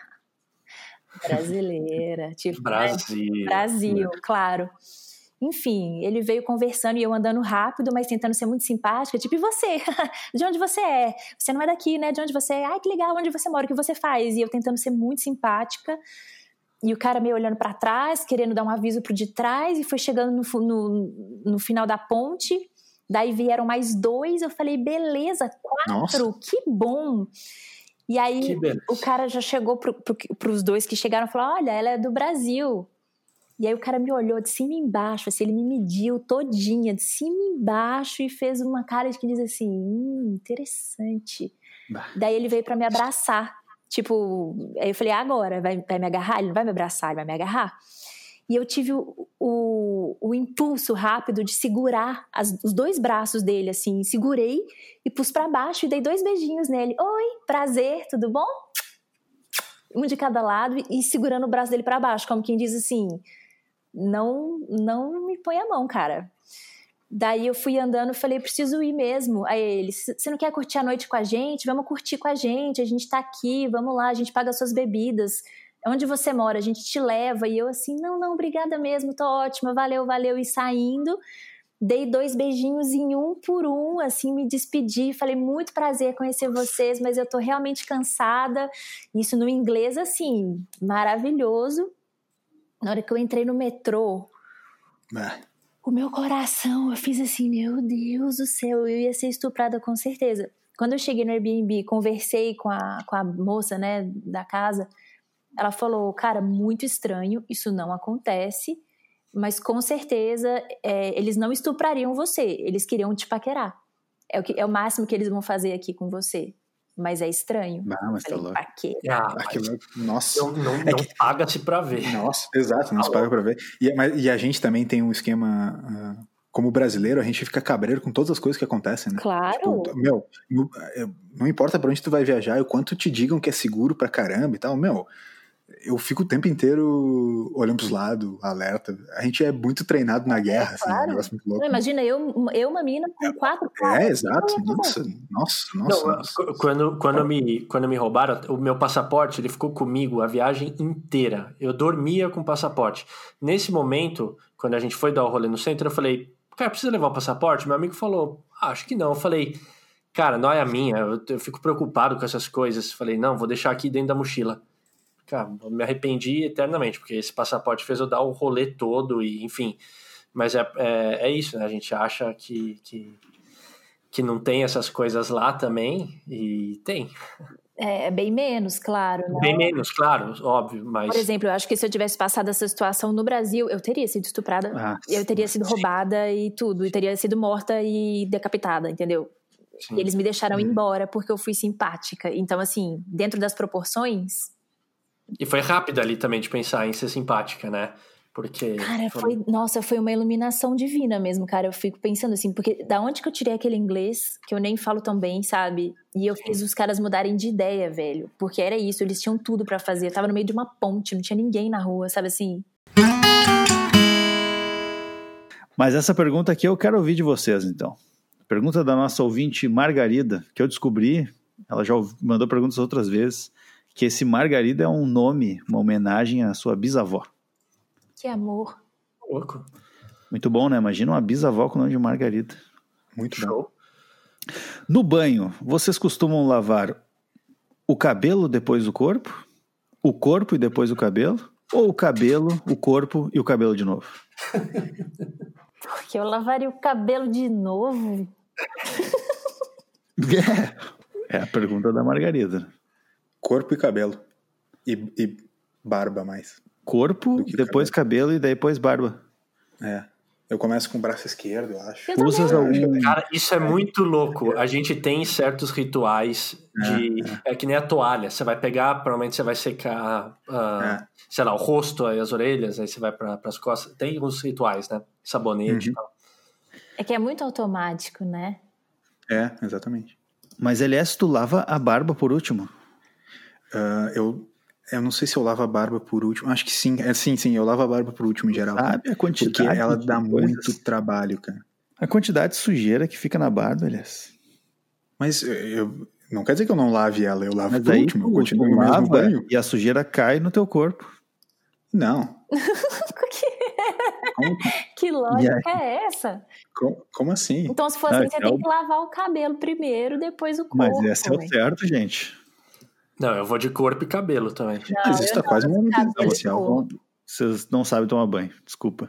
Brasileira, tipo, Brasil, claro. Enfim, ele veio conversando e eu andando rápido, mas tentando ser muito simpática, tipo, e você? De onde você é? Você não é daqui, né? De onde você é? Ai, que legal, onde você mora? O que você faz? E eu tentando ser muito simpática, e o cara meio olhando pra trás, querendo dar um aviso pro de trás, e foi chegando no final da ponte, daí vieram mais 2, eu falei, beleza, 4, nossa, que bom! E aí o cara já chegou pros 2 que chegaram e falou, olha, ela é do Brasil. E aí o cara me olhou de cima e embaixo, assim, ele me mediu todinha, de cima e embaixo, e fez uma cara de que diz assim, interessante. Daí ele veio pra me abraçar, tipo, aí eu falei, agora, vai me agarrar? Ele não vai me abraçar, ele vai me agarrar? E eu tive o impulso rápido de segurar os 2 braços dele, assim, segurei e pus pra baixo e dei 2 beijinhos nele. Oi, prazer, tudo bom? Um de cada lado e segurando o braço dele pra baixo, como quem diz assim, não me põe a mão, cara. Daí eu fui andando e falei, preciso ir mesmo. Aí ele, você não quer curtir a noite com a gente? Vamos curtir com a gente tá aqui, vamos lá, a gente paga suas bebidas. Onde você mora, a gente te leva. E eu assim, não, obrigada mesmo, tô ótima, valeu. E saindo, dei 2 beijinhos em um por um, assim, me despedi. Falei, muito prazer conhecer vocês, mas eu tô realmente cansada. Isso no inglês, assim, maravilhoso. Na hora que eu entrei no metrô, o meu coração, eu fiz assim, meu Deus do céu, eu ia ser estuprada com certeza. Quando eu cheguei no Airbnb, conversei com a moça, né, da casa, ela falou, cara, muito estranho, isso não acontece, mas com certeza eles não estuprariam você, eles queriam te paquerar. É o máximo que eles vão fazer aqui com você. Mas é estranho. Mas tá louco. Nossa. Não paga-se pra ver. Nossa, exato, não se paga pra ver. E a gente também tem um esquema... como brasileiro, a gente fica cabreiro com todas as coisas que acontecem, né? Claro. Tipo, não importa pra onde tu vai viajar e o quanto te digam que é seguro pra caramba e tal, eu fico o tempo inteiro olhando pros lados, alerta. A gente é muito treinado na guerra, assim, claro. É um negócio muito louco. Imagina, eu uma menina com 4 caras. Exato. Nossa. Não, quando me roubaram, o meu passaporte, ele ficou comigo a viagem inteira. Eu dormia com o passaporte. Nesse momento, quando a gente foi dar o rolê no centro, eu falei, cara, precisa levar o passaporte? Meu amigo falou, acho que não. Eu falei, cara, não é a minha, eu fico preocupado com essas coisas. Falei, não, vou deixar aqui dentro da mochila. Cara, eu me arrependi eternamente, porque esse passaporte fez eu dar o rolê todo, e enfim. Mas é isso, né? A gente acha que não tem essas coisas lá também, e tem. É bem menos, claro. Né? Bem menos, claro, óbvio, mas... Por exemplo, eu acho que se eu tivesse passado essa situação no Brasil, eu teria sido estuprada, eu teria sido roubada e tudo, e teria sido morta e decapitada, entendeu? Sim. E eles me deixaram ir embora porque eu fui simpática. Então, assim, dentro das proporções... E foi rápido ali também de pensar em ser simpática, né? Porque... Cara, foi uma iluminação divina mesmo, cara. Eu fico pensando assim, porque da onde que eu tirei aquele inglês, que eu nem falo tão bem, sabe? E eu fiz os caras mudarem de ideia, velho. Porque era isso, eles tinham tudo pra fazer. Eu tava no meio de uma ponte, não tinha ninguém na rua, sabe assim? Mas essa pergunta aqui eu quero ouvir de vocês, então. Pergunta da nossa ouvinte Margarida, que eu descobri, ela já mandou perguntas outras vezes, que esse Margarida é um nome, uma homenagem à sua bisavó. Que amor. Louco. Muito bom, né? Imagina uma bisavó com o nome de Margarida. Muito show. No banho, vocês costumam lavar o cabelo depois do corpo? O corpo e depois o cabelo? Ou o cabelo, o corpo e o cabelo de novo? Porque eu lavaria o cabelo de novo? É a pergunta da Margarida. Corpo e cabelo. E barba mais. Corpo, depois cabelo e depois barba. Eu começo com o braço esquerdo, eu acho. Cara, isso é muito louco. A gente tem certos rituais É que nem a toalha. Você vai pegar, provavelmente você vai secar, sei lá, o rosto, aí as orelhas, aí você vai para as costas. Tem uns rituais, né? Sabonete e tal. É que é muito automático, né? É, exatamente. Mas, aliás, tu lava a barba por último? Eu não sei se eu lavo a barba por último. Acho que sim. Sim, eu lavo a barba por último em geral. Sabe a quantidade? Porque ela dá muito trabalho, cara. A quantidade de sujeira que fica na barba, aliás. Mas não quer dizer que eu não lave ela, eu lavo por último. Eu continuo no mesmo banho. E a sujeira cai no teu corpo. Não. Que lógica é essa? Como assim? Então, se for assim, você tem que lavar o cabelo primeiro, depois o corpo. Mas esse é o certo, gente. Não, eu vou de corpo e cabelo também. Não, mas isso tá quase um momento inicial. Vocês não sabem tomar banho, desculpa.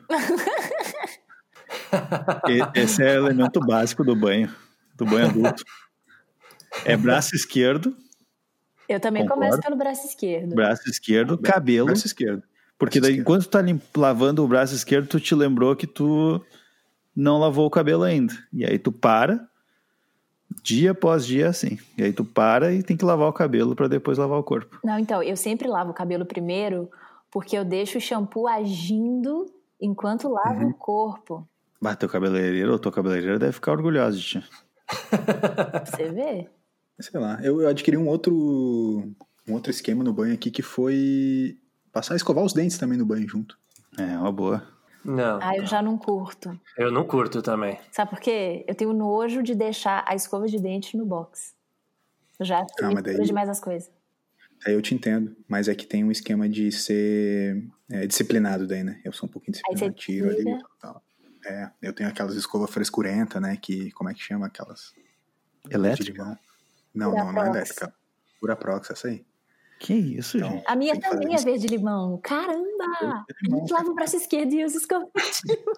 Esse é o elemento básico do banho adulto. É braço esquerdo. Eu também começo pelo braço esquerdo. Braço esquerdo, cabelo. Braço esquerdo. Porque daí, enquanto tu tá lavando o braço esquerdo, tu te lembrou que tu não lavou o cabelo ainda. E aí tu para, dia após dia, assim. E aí tu para e tem que lavar o cabelo pra depois lavar o corpo. Não, então, eu sempre lavo o cabelo primeiro, porque eu deixo o shampoo agindo enquanto lavo o corpo. Bah, teu cabeleireiro ou tua cabeleireira deve ficar orgulhosa de ti. Você vê? Sei lá, eu adquiri um outro esquema no banho aqui que foi passar a escovar os dentes também no banho junto. É, uma boa. Não. Eu já não curto. Eu não curto também. Sabe por quê? Eu tenho nojo de deixar a escova de dente no box. Eu já fiz demais as coisas. Aí eu te entendo, mas é que tem um esquema de ser disciplinado daí, né? Eu sou um pouquinho disciplinado, tiro ali e tal. Eu tenho aquelas escovas frescurenta, né? Que, como é que chama aquelas? Elétrica? Não é elétrica. Pura Prox, essa aí. Que isso, então, gente? A minha também é verde-limão. Caramba! A gente lava o braço esquerdo e usa escova de limão.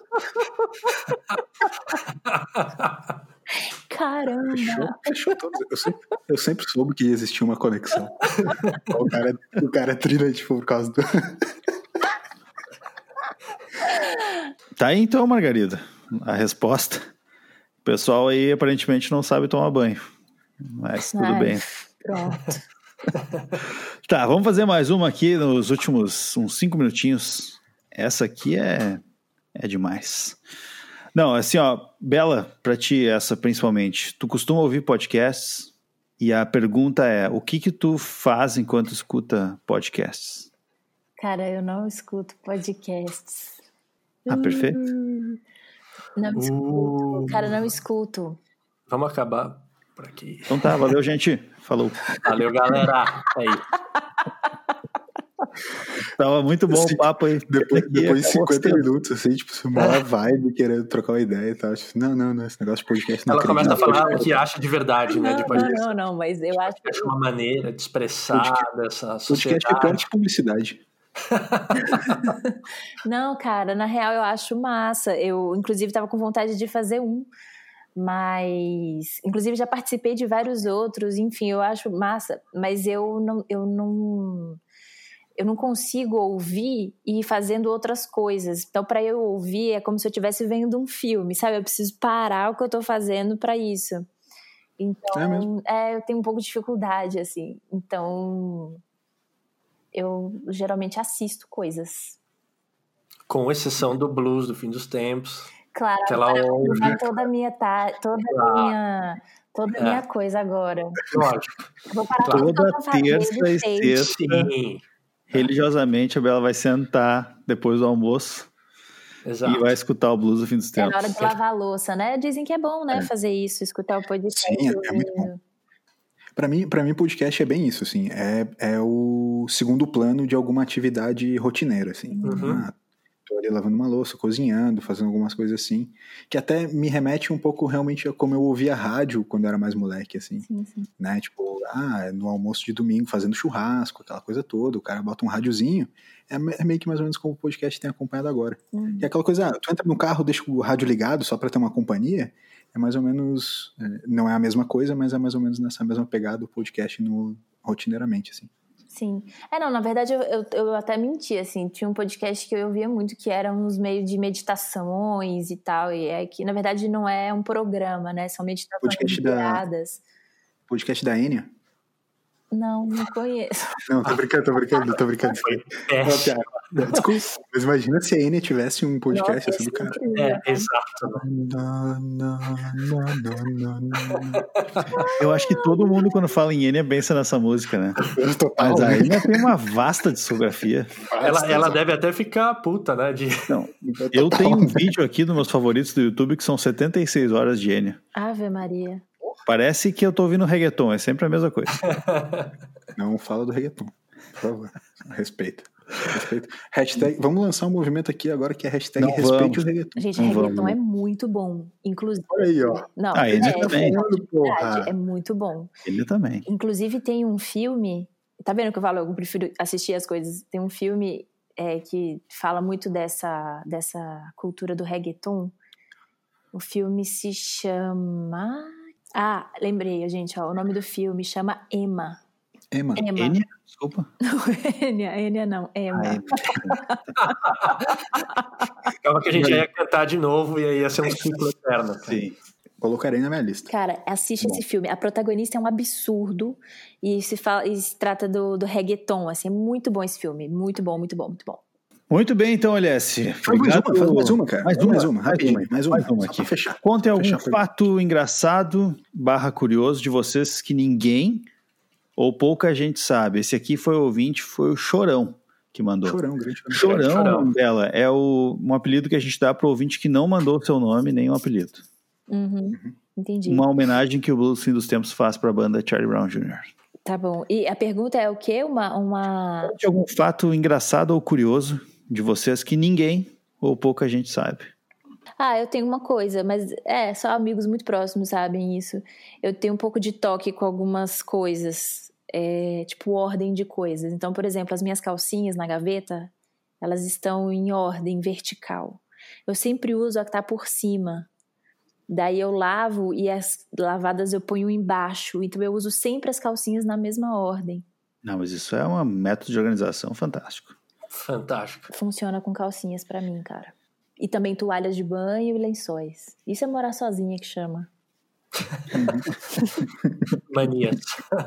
Caramba! Fechou todos. Eu sempre soube que existia uma conexão. O cara trilha, tipo, por causa do... Tá aí então, Margarida, a resposta. O pessoal aí aparentemente não sabe tomar banho. Mas tudo bem. Pronto. Tá, vamos fazer mais uma aqui nos últimos uns 5 minutinhos. Essa aqui é demais. Não, assim, ó, Bela, pra ti essa principalmente. Tu costuma ouvir podcasts? E a pergunta é, o que tu faz enquanto escuta podcasts? Cara, eu não escuto podcasts. Perfeito. Não escuto. Cara, não escuto. Vamos acabar por aqui. Então tá, valeu, gente. Falou. Valeu, galera. Aí. Tava muito bom o papo aí. Depois de 50 minutos, assim, tipo, uma vibe querendo trocar uma ideia e tal. Não, esse negócio de podcast não. Ela começa a falar o que acha de verdade, né? De podcast. Não, mas eu acho que... Acho uma maneira de expressar dessa sociedade. Podcast é pior que publicidade. Não, cara, na real eu acho massa. Eu, inclusive, tava com vontade de fazer mas, inclusive, já participei de vários outros. Enfim, eu acho massa, mas eu não consigo ouvir e ir fazendo outras coisas. Então, para eu ouvir, é como se eu estivesse vendo um filme, sabe? Eu preciso parar o que eu tô fazendo para isso. Então, eu tenho um pouco de dificuldade, assim. Então, eu geralmente assisto coisas. Com exceção do blues do fim dos tempos. Claro, toda a minha coisa agora. Lógico. Vou parar toda terça e sexta. Sim. Religiosamente, a Bela vai sentar depois do almoço. Exato. E vai escutar o blues do fim dos tempos. É na hora de lavar a louça, né? Dizem que é bom, né? Fazer isso, escutar o podcast. Sim, é muito bom. Pra mim, podcast é bem isso, assim. É o segundo plano de alguma atividade rotineira, assim. Tô ali lavando uma louça, cozinhando, fazendo algumas coisas assim, que até me remete um pouco realmente a como eu ouvia rádio quando eu era mais moleque, assim. Sim. Né? Tipo, no almoço de domingo, fazendo churrasco, aquela coisa toda, o cara bota um rádiozinho, é meio que mais ou menos como o podcast tem acompanhado agora. E aquela coisa, tu entra no carro, deixa o rádio ligado só pra ter uma companhia, é mais ou menos, não é a mesma coisa, mas é mais ou menos nessa mesma pegada o podcast rotineiramente, assim. Sim. Não, na verdade eu até menti, assim, tinha um podcast que eu ouvia muito que era uns meio de meditações e tal, e é que na verdade não é um programa, né, são meditações guiadas. Podcast da Enya? Não conheço. Não, tô brincando. Desculpa, mas imagina se a Enya tivesse um podcast sobre o cara. Exato. Eu acho que todo mundo, quando fala em Enya, pensa nessa música, né? Mas a Enya tem uma vasta discografia. Ela deve até ficar puta, né? Não, eu tenho um vídeo aqui dos meus favoritos do YouTube que são 76 horas de Enya. Ave Maria. Parece que eu tô ouvindo reggaeton, é sempre a mesma coisa. Não fala do reggaeton, por favor. Respeito. Hashtag, vamos lançar um movimento aqui agora que é hashtag respeite o reggaeton. Gente, reggaeton é muito bom. Inclusive. Olha aí, ó. Não, ele também. É muito bom. Ele também. Inclusive tem um filme. Tá vendo que eu falo? Eu prefiro assistir as coisas. Tem um filme que fala muito dessa cultura do reggaeton. O filme se chama. Lembrei, gente, ó, o nome do filme chama Emma. Enya? Desculpa. Enya não, Emma. Calma que a gente ia cantar de novo e aí ia ser um ciclo eterno. Sim. Colocarei na minha lista. Cara, assiste esse filme. A protagonista é um absurdo e se trata do reggaeton, assim, é muito bom esse filme. Muito bom. Muito bem, então, Alessi. Faz mais uma, cara. Mais uma, rapidinho. Mais uma aqui. Pra fechar. Contem algum fato engraçado / curioso de vocês que ninguém ou pouca gente sabe. Esse aqui foi o Chorão que mandou. Grande Chorão, Bela, é um apelido que a gente dá pro ouvinte que não mandou o seu nome, nem um apelido. Entendi. Uma homenagem que o Blues Fim dos Tempos faz pra banda Charlie Brown Jr. Tá bom. E a pergunta é o quê? Conte algum fato engraçado ou curioso de vocês que ninguém ou pouca gente sabe. Eu tenho uma coisa, mas só amigos muito próximos sabem isso. Eu tenho um pouco de toque com algumas coisas, tipo ordem de coisas. Então, por exemplo, as minhas calcinhas na gaveta, elas estão em ordem vertical. Eu sempre uso a que tá por cima. Daí eu lavo e as lavadas eu ponho embaixo. Então eu uso sempre as calcinhas na mesma ordem. Não, mas isso é um método de organização fantástico. Fantástico. Funciona com calcinhas pra mim, cara. E também toalhas de banho e lençóis. Isso é morar sozinha que chama. Manias.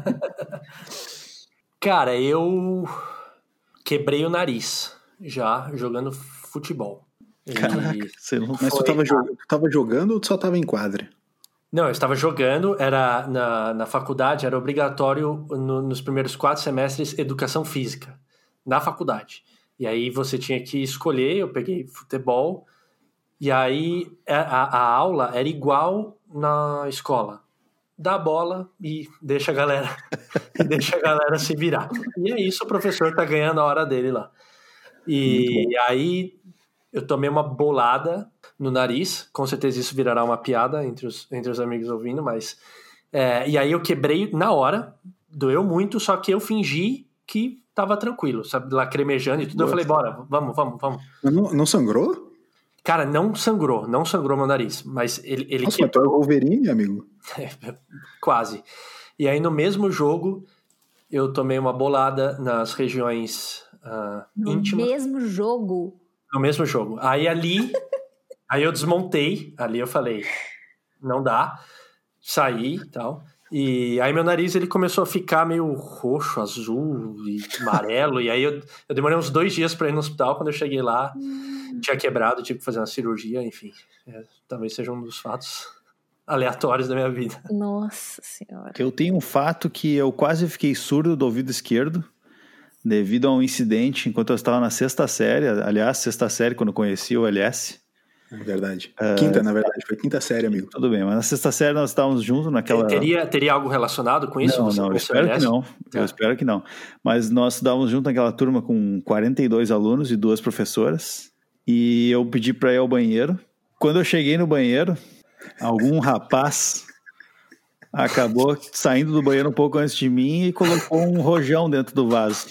Cara, eu quebrei o nariz já jogando futebol. Caraca, você não... Mas tu tava jogando ou tu só tava em quadra? Não, eu estava jogando, era na faculdade, era obrigatório nos primeiros 4 semestres educação física, na faculdade. E aí você tinha que escolher, eu peguei futebol, e aí a aula era igual na escola. Dá a bola e deixa a galera, se virar. E é isso, o professor tá ganhando a hora dele lá. E aí eu tomei uma bolada no nariz, com certeza isso virará uma piada entre os amigos ouvindo, mas... e aí eu quebrei na hora, doeu muito, só que eu fingi que tava tranquilo, sabe, lacrimejando e tudo. Eu falei, bora, vamos. Não sangrou? Cara, não sangrou meu nariz, mas ele Nossa, mas tu é o Wolverine, amigo? Quase. E aí no mesmo jogo, eu tomei uma bolada nas regiões íntimas. No mesmo jogo? No mesmo jogo. Aí eu desmontei, ali eu falei, não dá, saí e tal. E aí meu nariz ele começou a ficar meio roxo, azul e amarelo. E aí eu demorei uns 2 dias pra ir no hospital. Quando eu cheguei lá, tinha quebrado, tive que fazer uma cirurgia, enfim. Talvez seja um dos fatos aleatórios da minha vida. Nossa Senhora. Eu tenho um fato que eu quase fiquei surdo do ouvido esquerdo devido a um incidente enquanto eu estava na 6ª série. Aliás, 6ª série, quando eu conheci o LS. É verdade. Quinta, na verdade. Foi 5ª série, amigo. Tudo bem, mas na 6ª série nós estávamos juntos naquela... Teria algo relacionado com isso? Não, eu espero que não. Eu espero que não. Mas nós estávamos juntos naquela turma com 42 alunos e 2 professoras. E eu pedi para ir ao banheiro. Quando eu cheguei no banheiro, algum rapaz acabou saindo do banheiro um pouco antes de mim e colocou um rojão dentro do vaso.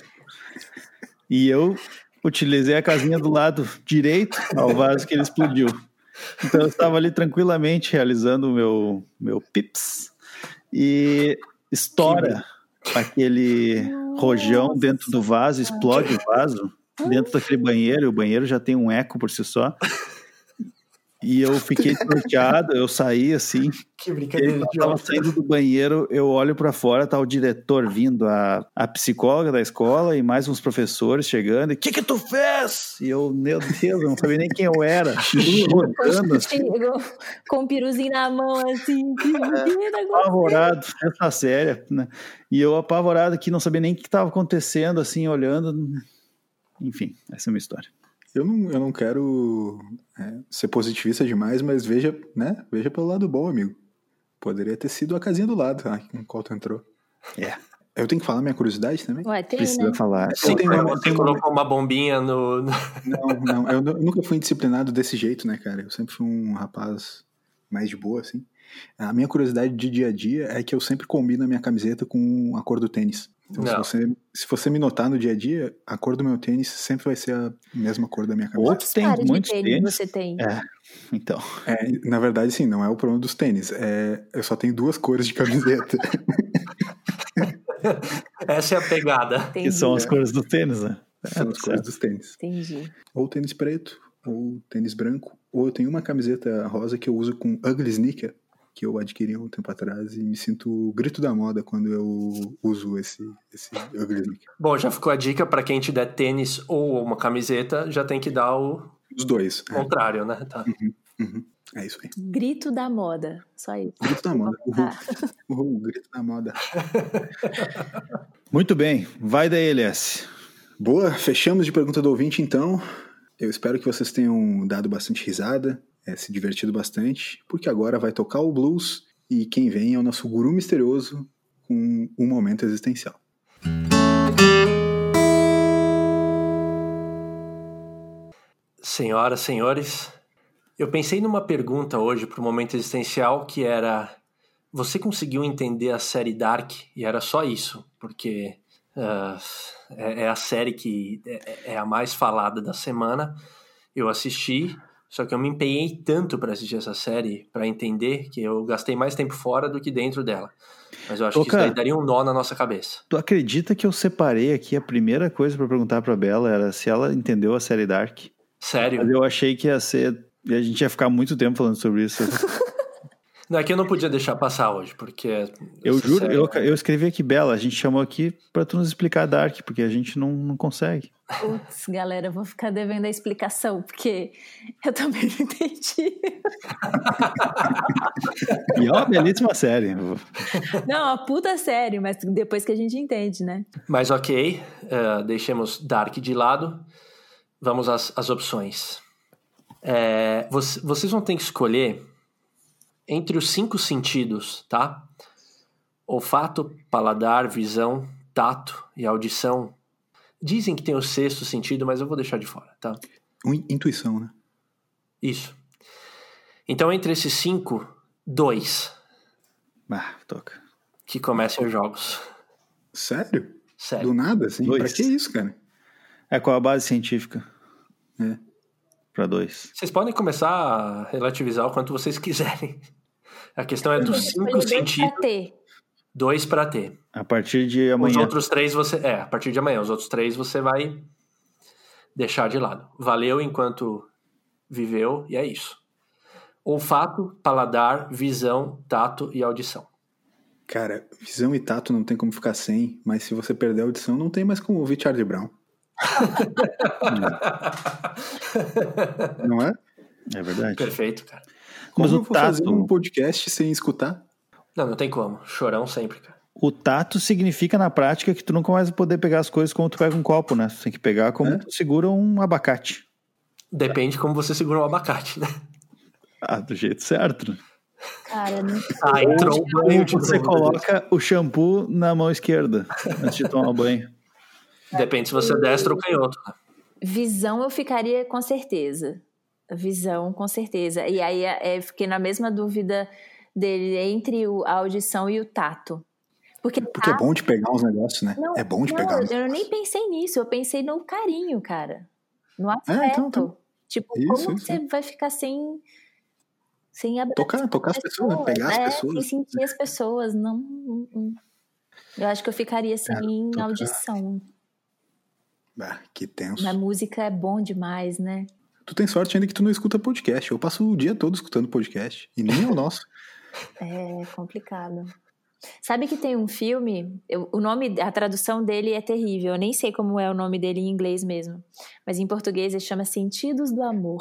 E eu utilizei a casinha do lado direito ao vaso que ele explodiu. Então eu estava ali tranquilamente realizando o meu pips e estoura aquele rojão dentro do vaso, explode o vaso dentro daquele banheiro, e o banheiro já tem um eco por si só. E eu fiquei desnorteado, eu saí assim. Que brincadeira. Eu tava saindo do banheiro, eu olho pra fora, tá o diretor vindo, a psicóloga da escola e mais uns professores chegando. E o que tu fez? E eu, meu Deus, eu não sabia nem quem eu era. Rodando assim. Com um piruzinho na mão, assim. Apavorado, essa séria, né? E eu apavorado que não sabia nem o que tava acontecendo, assim, olhando. Enfim, essa é a minha história. Eu não quero ser positivista demais, mas veja pelo lado bom, amigo. Poderia ter sido a casinha do lado, com qual tu entrou. Eu tenho que falar minha curiosidade também? Ué, tem, Precisa né? falar. Sim, você colocou uma bombinha no... Não, eu nunca fui indisciplinado desse jeito, né, cara? Eu sempre fui um rapaz mais de boa, assim. A minha curiosidade de dia a dia é que eu sempre combino a minha camiseta com a cor do tênis. Então, se você me notar no dia a dia, a cor do meu tênis sempre vai ser a mesma cor da minha camiseta. Outros tem muitos tênis. Você tem? Então. Na verdade, sim, não é o problema dos tênis. Eu só tenho 2 cores de camiseta. Essa é a pegada. Entendi. Que são as cores do tênis, né? São as cores dos tênis. Entendi. Ou tênis preto, ou tênis branco. Ou eu tenho uma camiseta rosa que eu uso com ugly sneaker, que eu adquiri há um tempo atrás e me sinto o grito da moda quando eu uso esse ugly sneaker. Bom, já ficou a dica para quem te der tênis ou uma camiseta, já tem que dar os dois. Contrário, né? Tá. Uhum. É isso aí. Grito da moda, só isso. Grito da moda. Grito da moda. Muito bem, vai daí, Elias. Boa, fechamos de pergunta do ouvinte então. Eu espero que vocês tenham dado bastante risada, se divertido bastante, porque agora vai tocar o blues e quem vem é o nosso guru misterioso com um momento existencial. Senhoras, senhores, eu pensei numa pergunta hoje para o momento existencial que era: você conseguiu entender a série Dark? E era só isso, porque é a série que é a mais falada da semana. Eu assisti, só que eu me empenhei tanto para assistir essa série, para entender, que eu gastei mais tempo fora do que dentro dela. Mas eu acho que isso daí daria um nó na nossa cabeça. Tu acredita que eu separei aqui a primeira coisa para perguntar para Bela era se ela entendeu a série Dark? Sério? Mas eu achei que ia ser... A gente ia ficar muito tempo falando sobre isso. Não, é que eu não podia deixar passar hoje, porque... Eu juro, eu escrevi aqui, Bela, a gente chamou aqui pra tu nos explicar Dark, porque a gente não consegue. Putz, galera, eu vou ficar devendo a explicação, porque eu também não entendi. E é uma belíssima série. Não, uma puta série, mas depois que a gente entende, né? Mas ok, deixemos Dark de lado. Vamos às opções. Vocês vão ter que escolher entre os 5 sentidos, tá? Olfato, paladar, visão, tato e audição. Dizem que tem o 6º sentido, mas eu vou deixar de fora, tá? Intuição, né? Isso. Então, entre esses 5, 2. Toca. Que comecem os jogos. Sério? Sério. Do nada, assim? 2. Pra que isso, cara? Com a base científica. Pra 2. Vocês podem começar a relativizar o quanto vocês quiserem. A questão é dos 5 sentidos. 2 para ter. A partir de amanhã. Os outros 3 a partir de amanhã. Os outros 3 você vai deixar de lado. Valeu enquanto viveu e é isso. Olfato, paladar, visão, tato e audição. Cara, visão e tato não tem como ficar sem, mas se você perder a audição, não tem mais como ouvir Charlie Brown. Não é? É verdade. Perfeito, cara. Como eu vou fazer um podcast sem escutar? Não tem como. Chorão sempre, cara. O tato significa na prática que tu nunca mais vai poder pegar as coisas como tu pega um copo, né? Tu tem que pegar como tu segura um abacate. Depende como você segura um abacate, né? Do jeito certo, né? Cara, não... entrou um banho de você coloca o shampoo na mão esquerda antes de tomar banho. Depende se você é destro ou canhoto. Visão eu ficaria com certeza. Visão, com certeza. E aí fiquei na mesma dúvida dele entre a audição e o tato. Porque é bom de pegar uns negócios, né? É bom de pegar uns negócios. Eu nem pensei nisso. Eu pensei no carinho, cara. No afeto. Então. Tipo, como você vai ficar sem tocar as pessoas, né? Pegar as pessoas. Sem sentir as pessoas. Não. Eu acho que eu ficaria sem audição. Que tenso. A música é bom demais, né? Tu tem sorte ainda que tu não escuta podcast. Eu passo o dia todo escutando podcast. E nem é o nosso. É complicado. Sabe que tem um filme, o nome, a tradução dele é terrível. Eu nem sei como é o nome dele em inglês mesmo. Mas em português ele chama Sentidos do Amor.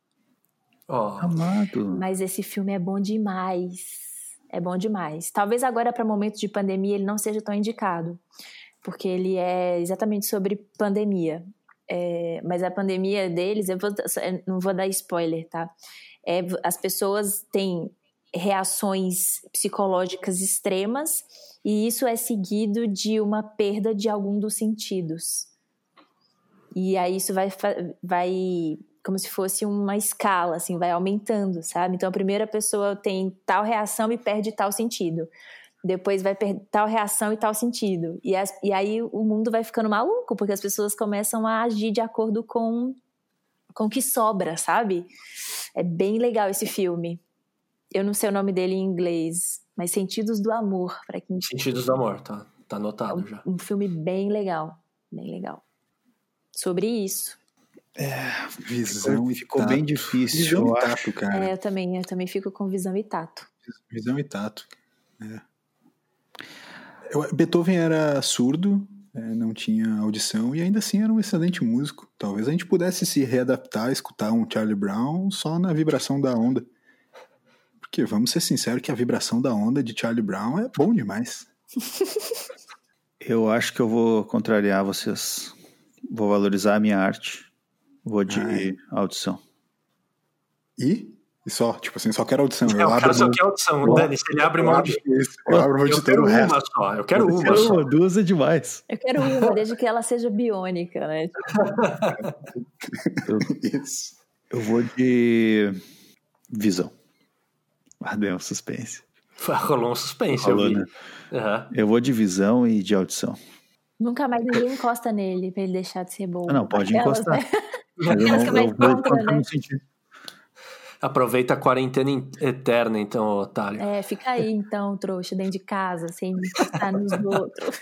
Amado. Mas esse filme é bom demais. É bom demais. Talvez agora, para momentos de pandemia, ele não seja tão indicado. Porque ele é exatamente sobre pandemia. Mas a pandemia deles, não vou dar spoiler, tá? As pessoas têm reações psicológicas extremas e isso é seguido de uma perda de algum dos sentidos. E aí isso vai como se fosse uma escala, assim, vai aumentando, sabe? Então a primeira pessoa tem tal reação e perde tal sentido. Depois vai perder tal reação e tal sentido. E aí o mundo vai ficando maluco, porque as pessoas começam a agir de acordo com o que sobra, sabe? É bem legal esse filme. Eu não sei o nome dele em inglês, mas Sentidos do Amor. Sentidos do Amor, tá anotado já. Um filme bem legal, bem legal. Sobre isso. Visão e ficou tato. bem difícil. Visão e tato, cara. Eu também fico com visão e tato. Visão e tato. Beethoven era surdo, não tinha audição e ainda assim era um excelente músico. Talvez a gente pudesse se readaptar, escutar um Charlie Brown só na vibração da onda. Porque vamos ser sinceros que a vibração da onda de Charlie Brown é bom demais. Eu acho que eu vou contrariar vocês. Vou valorizar a minha arte. Vou de audição. E só, tipo assim, só quero audição. O cara só quer audição, Dani, se ele abre mão de... Eu abro mão de todo o resto. Eu quero uma só. Duas é demais. Eu quero uma, desde que ela seja biônica, né? Isso. Eu vou de visão. Deu um suspense. Rolou um suspense, Rolou, eu vi. né? Uhum. Eu vou de visão e de audição. Nunca mais ninguém encosta nele pra ele deixar de ser bom. Não, pode encostar. Né? Mas eu vou contra, né? no sentido. Aproveita a quarentena eterna, então, otário. Fica aí, então, trouxa, dentro de casa, sem encostar nos outros.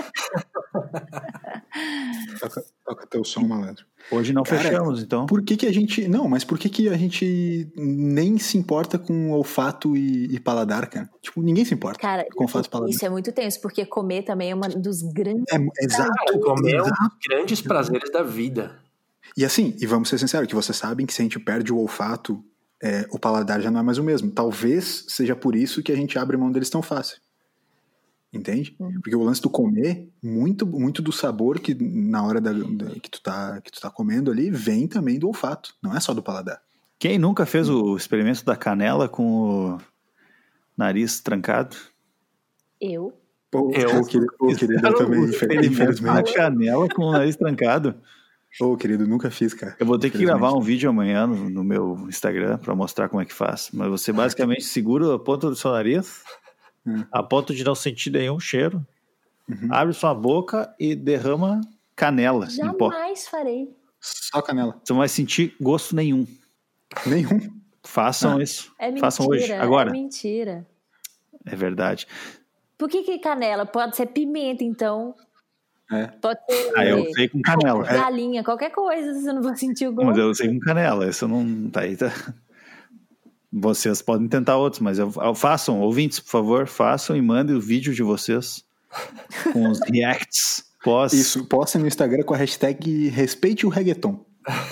Toca teu som, malandro. Hoje não fechamos, então. Por que a gente... Não, mas por que a gente nem se importa com olfato e paladar, cara? Tipo, ninguém se importa com olfato e paladar. Isso é muito tenso, porque comer também é um dos grandes... Exato. Comer é um dos grandes prazeres da vida. E assim, e vamos ser sinceros, que vocês sabem que se a gente perde o olfato, o paladar já não é mais o mesmo. Talvez seja por isso que a gente abre mão deles tão fácil. Entende? Porque o lance do comer, muito, muito do sabor que na hora que tu tá comendo ali, vem também do olfato, não é só do paladar. Quem nunca fez o experimento da canela com o nariz trancado? Eu Querido, eu também, infelizmente. A canela com o nariz trancado. Querido, nunca fiz, cara. Eu vou ter que gravar um vídeo amanhã no meu Instagram pra mostrar como é que faz. Mas você basicamente segura a ponta do seu nariz, a ponto de não sentir nenhum cheiro, abre sua boca e derrama canela em pó. Jamais farei. Só canela. Você não vai sentir gosto nenhum. Nenhum? Façam isso. É mentira. Façam hoje, agora. É mentira. É verdade. Por que canela? Pode ser pimenta, então. Pode ser... eu sei com canela. Galinha, qualquer coisa, você não vai sentir o gosto. Mas eu sei com canela. Isso não tá aí, tá? Vocês podem tentar outros, mas façam, ouvintes, por favor, façam e mandem o vídeo de vocês com os reacts. Isso, postem no Instagram com a hashtag respeite o reggaeton.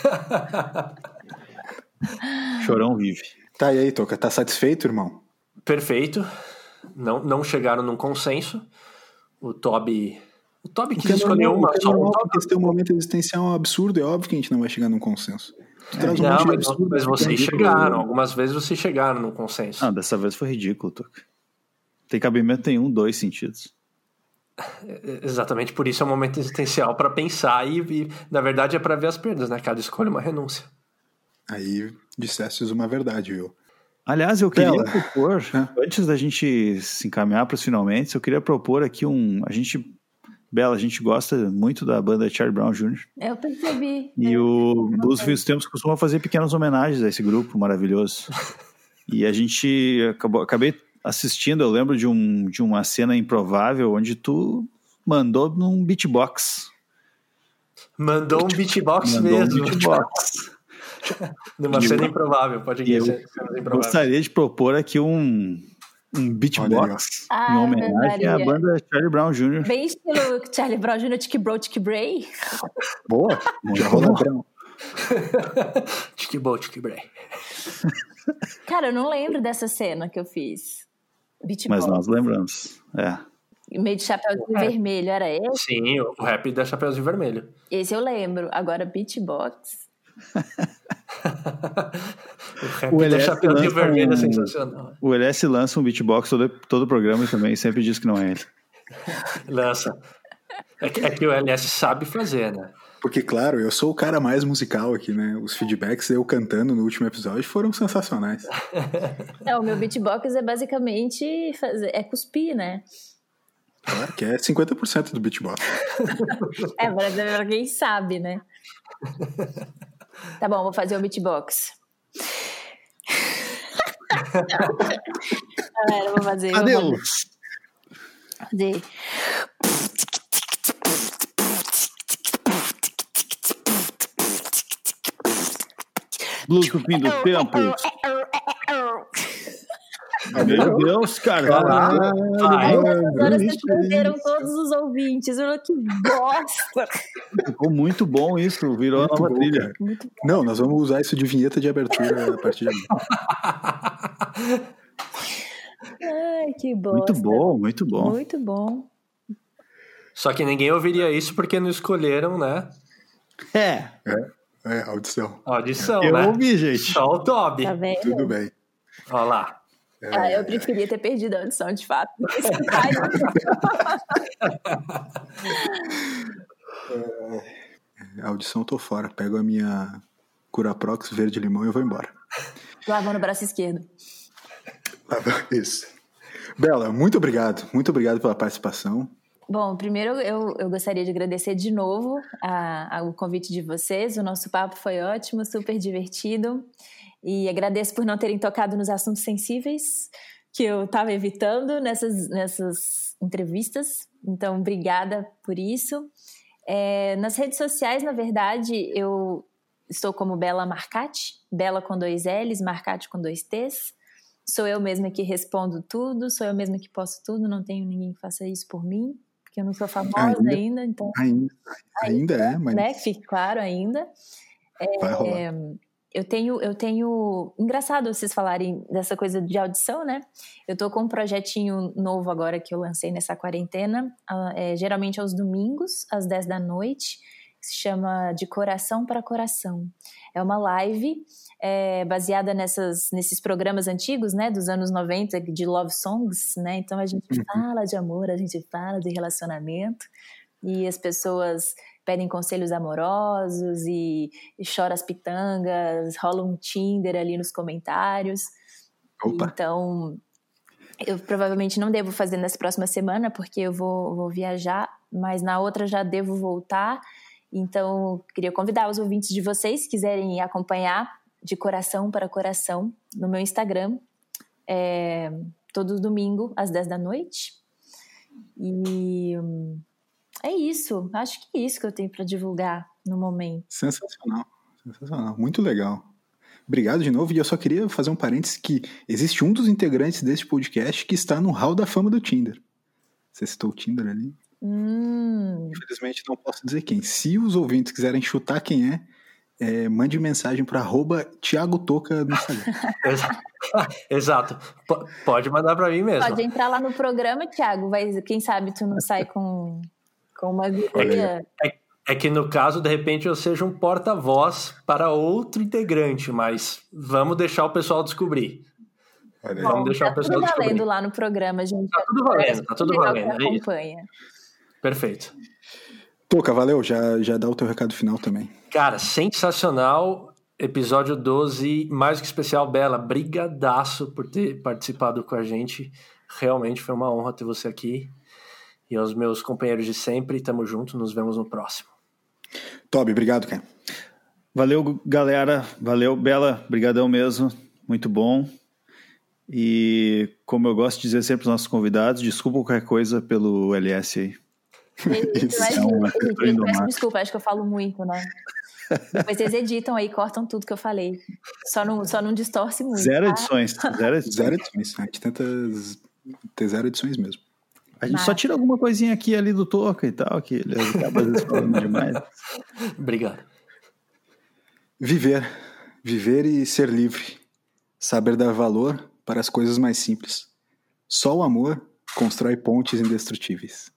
Chorão vive. Tá, e aí, Toca, tá satisfeito, irmão? Perfeito. Não chegaram num consenso. O Toby quis escolher uma só. Porque esse teu momento existencial é um absurdo, é óbvio que a gente não vai chegar num consenso. Mas vocês chegaram. Algumas vezes vocês chegaram num consenso. Não, dessa vez foi ridículo, Toca. Tem cabimento nenhum, 2 sentidos. Exatamente por isso é um momento existencial para pensar e na verdade é para ver as perdas, né? Cada escolha é uma renúncia. Aí dissestes uma verdade, viu? Aliás, eu queria propor, antes da gente se encaminhar para os finalmente, eu queria propor aqui Bela, a gente gosta muito da banda Charlie Brown Jr. Eu percebi. E o Blues Fim dos Tempos costuma fazer pequenas homenagens a esse grupo maravilhoso. E a gente acabei assistindo, eu lembro de uma cena improvável onde tu mandou num beatbox. Mandou um beatbox mesmo. Um beatbox. Numa cena improvável, pode ir. Gostaria de propor aqui um beatbox em homenagem à banda Charlie Brown Jr. Bem estilo Charlie Brown Jr., Tiki Bray. Boa, já rola Brown. Tiki Bray. Cara, eu não lembro dessa cena que eu fiz. Beatbox. Mas nós lembramos, Meio de Chapeuzinho Vermelho, era esse? Sim, o rap da Chapeuzinho Vermelho. Esse eu lembro. Agora, beatbox... O LS Chapeuzinho Vermelho é sensacional. O LS lança um beatbox todo o programa também, sempre diz que não é ele. Lança. É que o LS sabe fazer, né? Porque, claro, eu sou o cara mais musical aqui, né? Os feedbacks eu cantando no último episódio foram sensacionais. O meu beatbox é basicamente cuspir, né? Claro que é 50% do beatbox. Pra quem sabe, né? Tá bom, vou fazer o beatbox. Galera, vou fazer. Adeus! Fazer. Blues do fim dos tempos. Meu Deus, cara. Agora vocês perderam todos os ouvintes. Que bosta. Ficou muito bom isso. Virou muito a nova trilha. Não, nós vamos usar isso de vinheta de abertura a partir de agora. Ai, que bosta. Muito bom, muito bom. Muito bom. Só que ninguém ouviria isso porque não escolheram, né? Audição. Audição, eu né? ouvi, gente. Só o Toby. Tá vendo? Tudo bem. Olha lá. Eu preferia ter perdido a audição, de fato. A audição eu tô fora. Pego a minha Curaprox verde-limão e eu vou embora. Lavando o braço esquerdo. Isso. Bela, muito obrigado. Muito obrigado pela participação. Bom, primeiro eu gostaria de agradecer de novo o convite de vocês. O nosso papo foi ótimo, super divertido. E agradeço por não terem tocado nos assuntos sensíveis que eu estava evitando nessas entrevistas. Então, obrigada por isso. Nas redes sociais, na verdade, eu estou como Bela Marcati, Bela com 2 L's, Marcati com 2 T's. Sou eu mesma que respondo tudo, sou eu mesma que posto tudo, não tenho ninguém que faça isso por mim, porque eu não sou famosa ainda. Então, ainda é, mas... Né, que fique claro ainda. Vai rolar. Eu tenho... Engraçado vocês falarem dessa coisa de audição, né? Eu tô com um projetinho novo agora que eu lancei nessa quarentena, geralmente aos domingos, às 10 da noite, que se chama De Coração para Coração. É uma live baseada nesses programas antigos, né? Dos anos 90, de love songs, né? Então a gente fala de amor, a gente fala de relacionamento, e as pessoas pedem conselhos amorosos e choram as pitangas, rola um Tinder ali nos comentários. Opa. Então, eu provavelmente não devo fazer nessa próxima semana, porque eu vou viajar, mas na outra já devo voltar. Então, queria convidar os ouvintes de vocês, se quiserem acompanhar De Coração para Coração, no meu Instagram, todo domingo, às 10 da noite. E... é isso, acho que é isso que eu tenho para divulgar no momento. Sensacional, muito legal. Obrigado de novo, e eu só queria fazer um parênteses que existe um dos integrantes deste podcast que está no hall da fama do Tinder. Você citou o Tinder ali? Infelizmente não posso dizer quem. Se os ouvintes quiserem chutar quem mande mensagem para @TiagoToca no Instagram. Exato. Pode mandar para mim mesmo. Pode entrar lá no programa, Thiago. Quem sabe tu não sai com uma guia. É que no caso, de repente, eu seja um porta-voz para outro integrante, mas vamos deixar o pessoal descobrir. Vamos deixar o pessoal descobrir. Tá tudo valendo lá no programa, gente. Tá tudo valendo. Acompanha. Perfeito. Toca, valeu. Já dá o teu recado final também. Cara, sensacional. Episódio 12, mais que especial. Bela, brigadaço por ter participado com a gente. Realmente foi uma honra ter você aqui. E aos meus companheiros de sempre, tamo junto, nos vemos no próximo. Toby, obrigado, cara. Valeu, galera. Valeu, Bela. Brigadão mesmo. Muito bom. E como eu gosto de dizer sempre aos nossos convidados, desculpa qualquer coisa pelo LS aí. Peço desculpa, acho que eu falo muito, né? Depois vocês editam aí, cortam tudo que eu falei. Só não distorce muito. Zero tá? edições. Zero edições. A gente tenta ter 0 edições mesmo. A gente só tira alguma coisinha aqui e ali do Toca e tal, que ele acaba às vezes falando demais. Obrigado. Viver e ser livre. Saber dar valor para as coisas mais simples. Só o amor constrói pontes indestrutíveis.